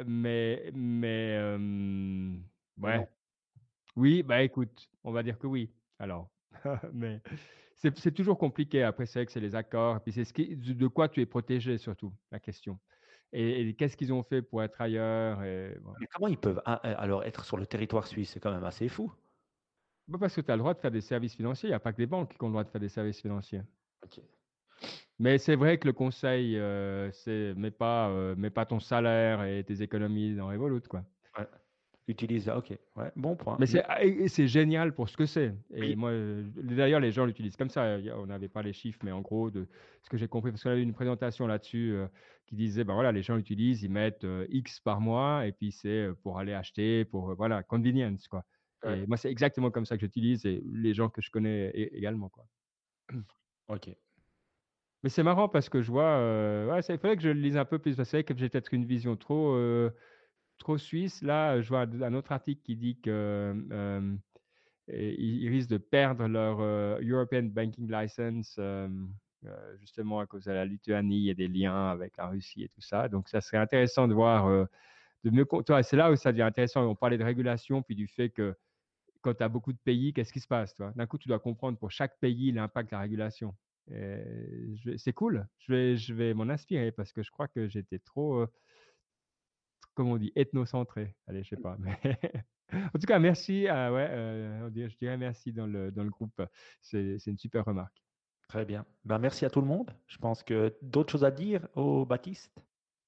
Mais non. ouais. Oui, bah écoute, on va dire que oui. Alors, mais c'est toujours compliqué. Après, c'est vrai que c'est les accords, et puis c'est de quoi tu es protégé surtout, la question. Et qu'est-ce qu'ils ont fait pour être ailleurs et, voilà. Mais comment ils peuvent alors être sur le territoire suisse? C'est quand même assez fou. Bah, parce que tu as le droit de faire des services financiers. Il n'y a pas que les banques qui ont le droit de faire des services financiers. Ok. Mais c'est vrai que le conseil, c'est mets pas ton salaire et tes économies dans Revolut, quoi. Ouais. Utilise, ok. Ouais, bon point. Mais c'est génial pour ce que c'est. Et Oui. moi, d'ailleurs, les gens l'utilisent comme ça. On n'avait pas les chiffres, mais en gros, de ce que j'ai compris, parce qu'on a eu une présentation là-dessus qui disait, ben voilà, les gens l'utilisent, ils mettent X par mois, et puis c'est pour aller acheter, pour, voilà, convenience, quoi. Ouais. Et moi, c'est exactement comme ça que j'utilise, et les gens que je connais également, quoi. Ok. Mais c'est marrant parce que je vois, ouais, il fallait que je le lise un peu plus, parce que c'est vrai que j'ai peut-être une vision trop suisse. Là, je vois un autre article qui dit que et ils risquent de perdre leur European Banking License. justement à cause de la Lituanie, il y a des liens avec la Russie et tout ça. Donc, ça serait intéressant de voir, de mieux. Toi, c'est là où ça devient intéressant. On parlait de régulation, puis du fait que quand tu as beaucoup de pays, qu'est-ce qui se passe, toi? D'un coup, tu dois comprendre pour chaque pays l'impact de la régulation. C'est cool. Je vais m'en inspirer parce que je crois que j'étais trop, comme on dit, ethnocentré. Allez, je sais pas. Mais en tout cas, merci. Ouais, je dirais merci dans le groupe. C'est une super remarque. Très bien. Ben, merci à tout le monde. Je pense que d'autres choses à dire au Baptiste?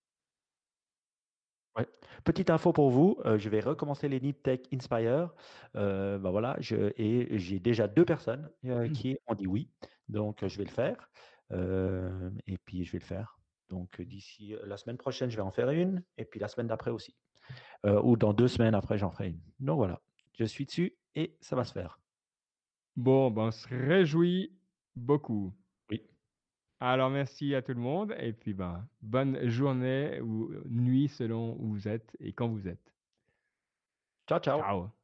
Ouais. Petite info pour vous, je vais recommencer les Niptech Inspire. Ben voilà, et j'ai déjà 2 personnes qui ont dit oui, donc je vais le faire. Et puis je vais le faire. Donc d'ici la semaine prochaine, je vais en faire une, et puis la semaine d'après aussi. Ou dans 2 semaines après, j'en ferai une. Donc voilà, je suis dessus et ça va se faire. Bon, ben, on se réjouit beaucoup. Oui. Alors, merci à tout le monde. Et puis, ben, bonne journée ou nuit selon où vous êtes et quand vous êtes. Ciao, ciao. Ciao.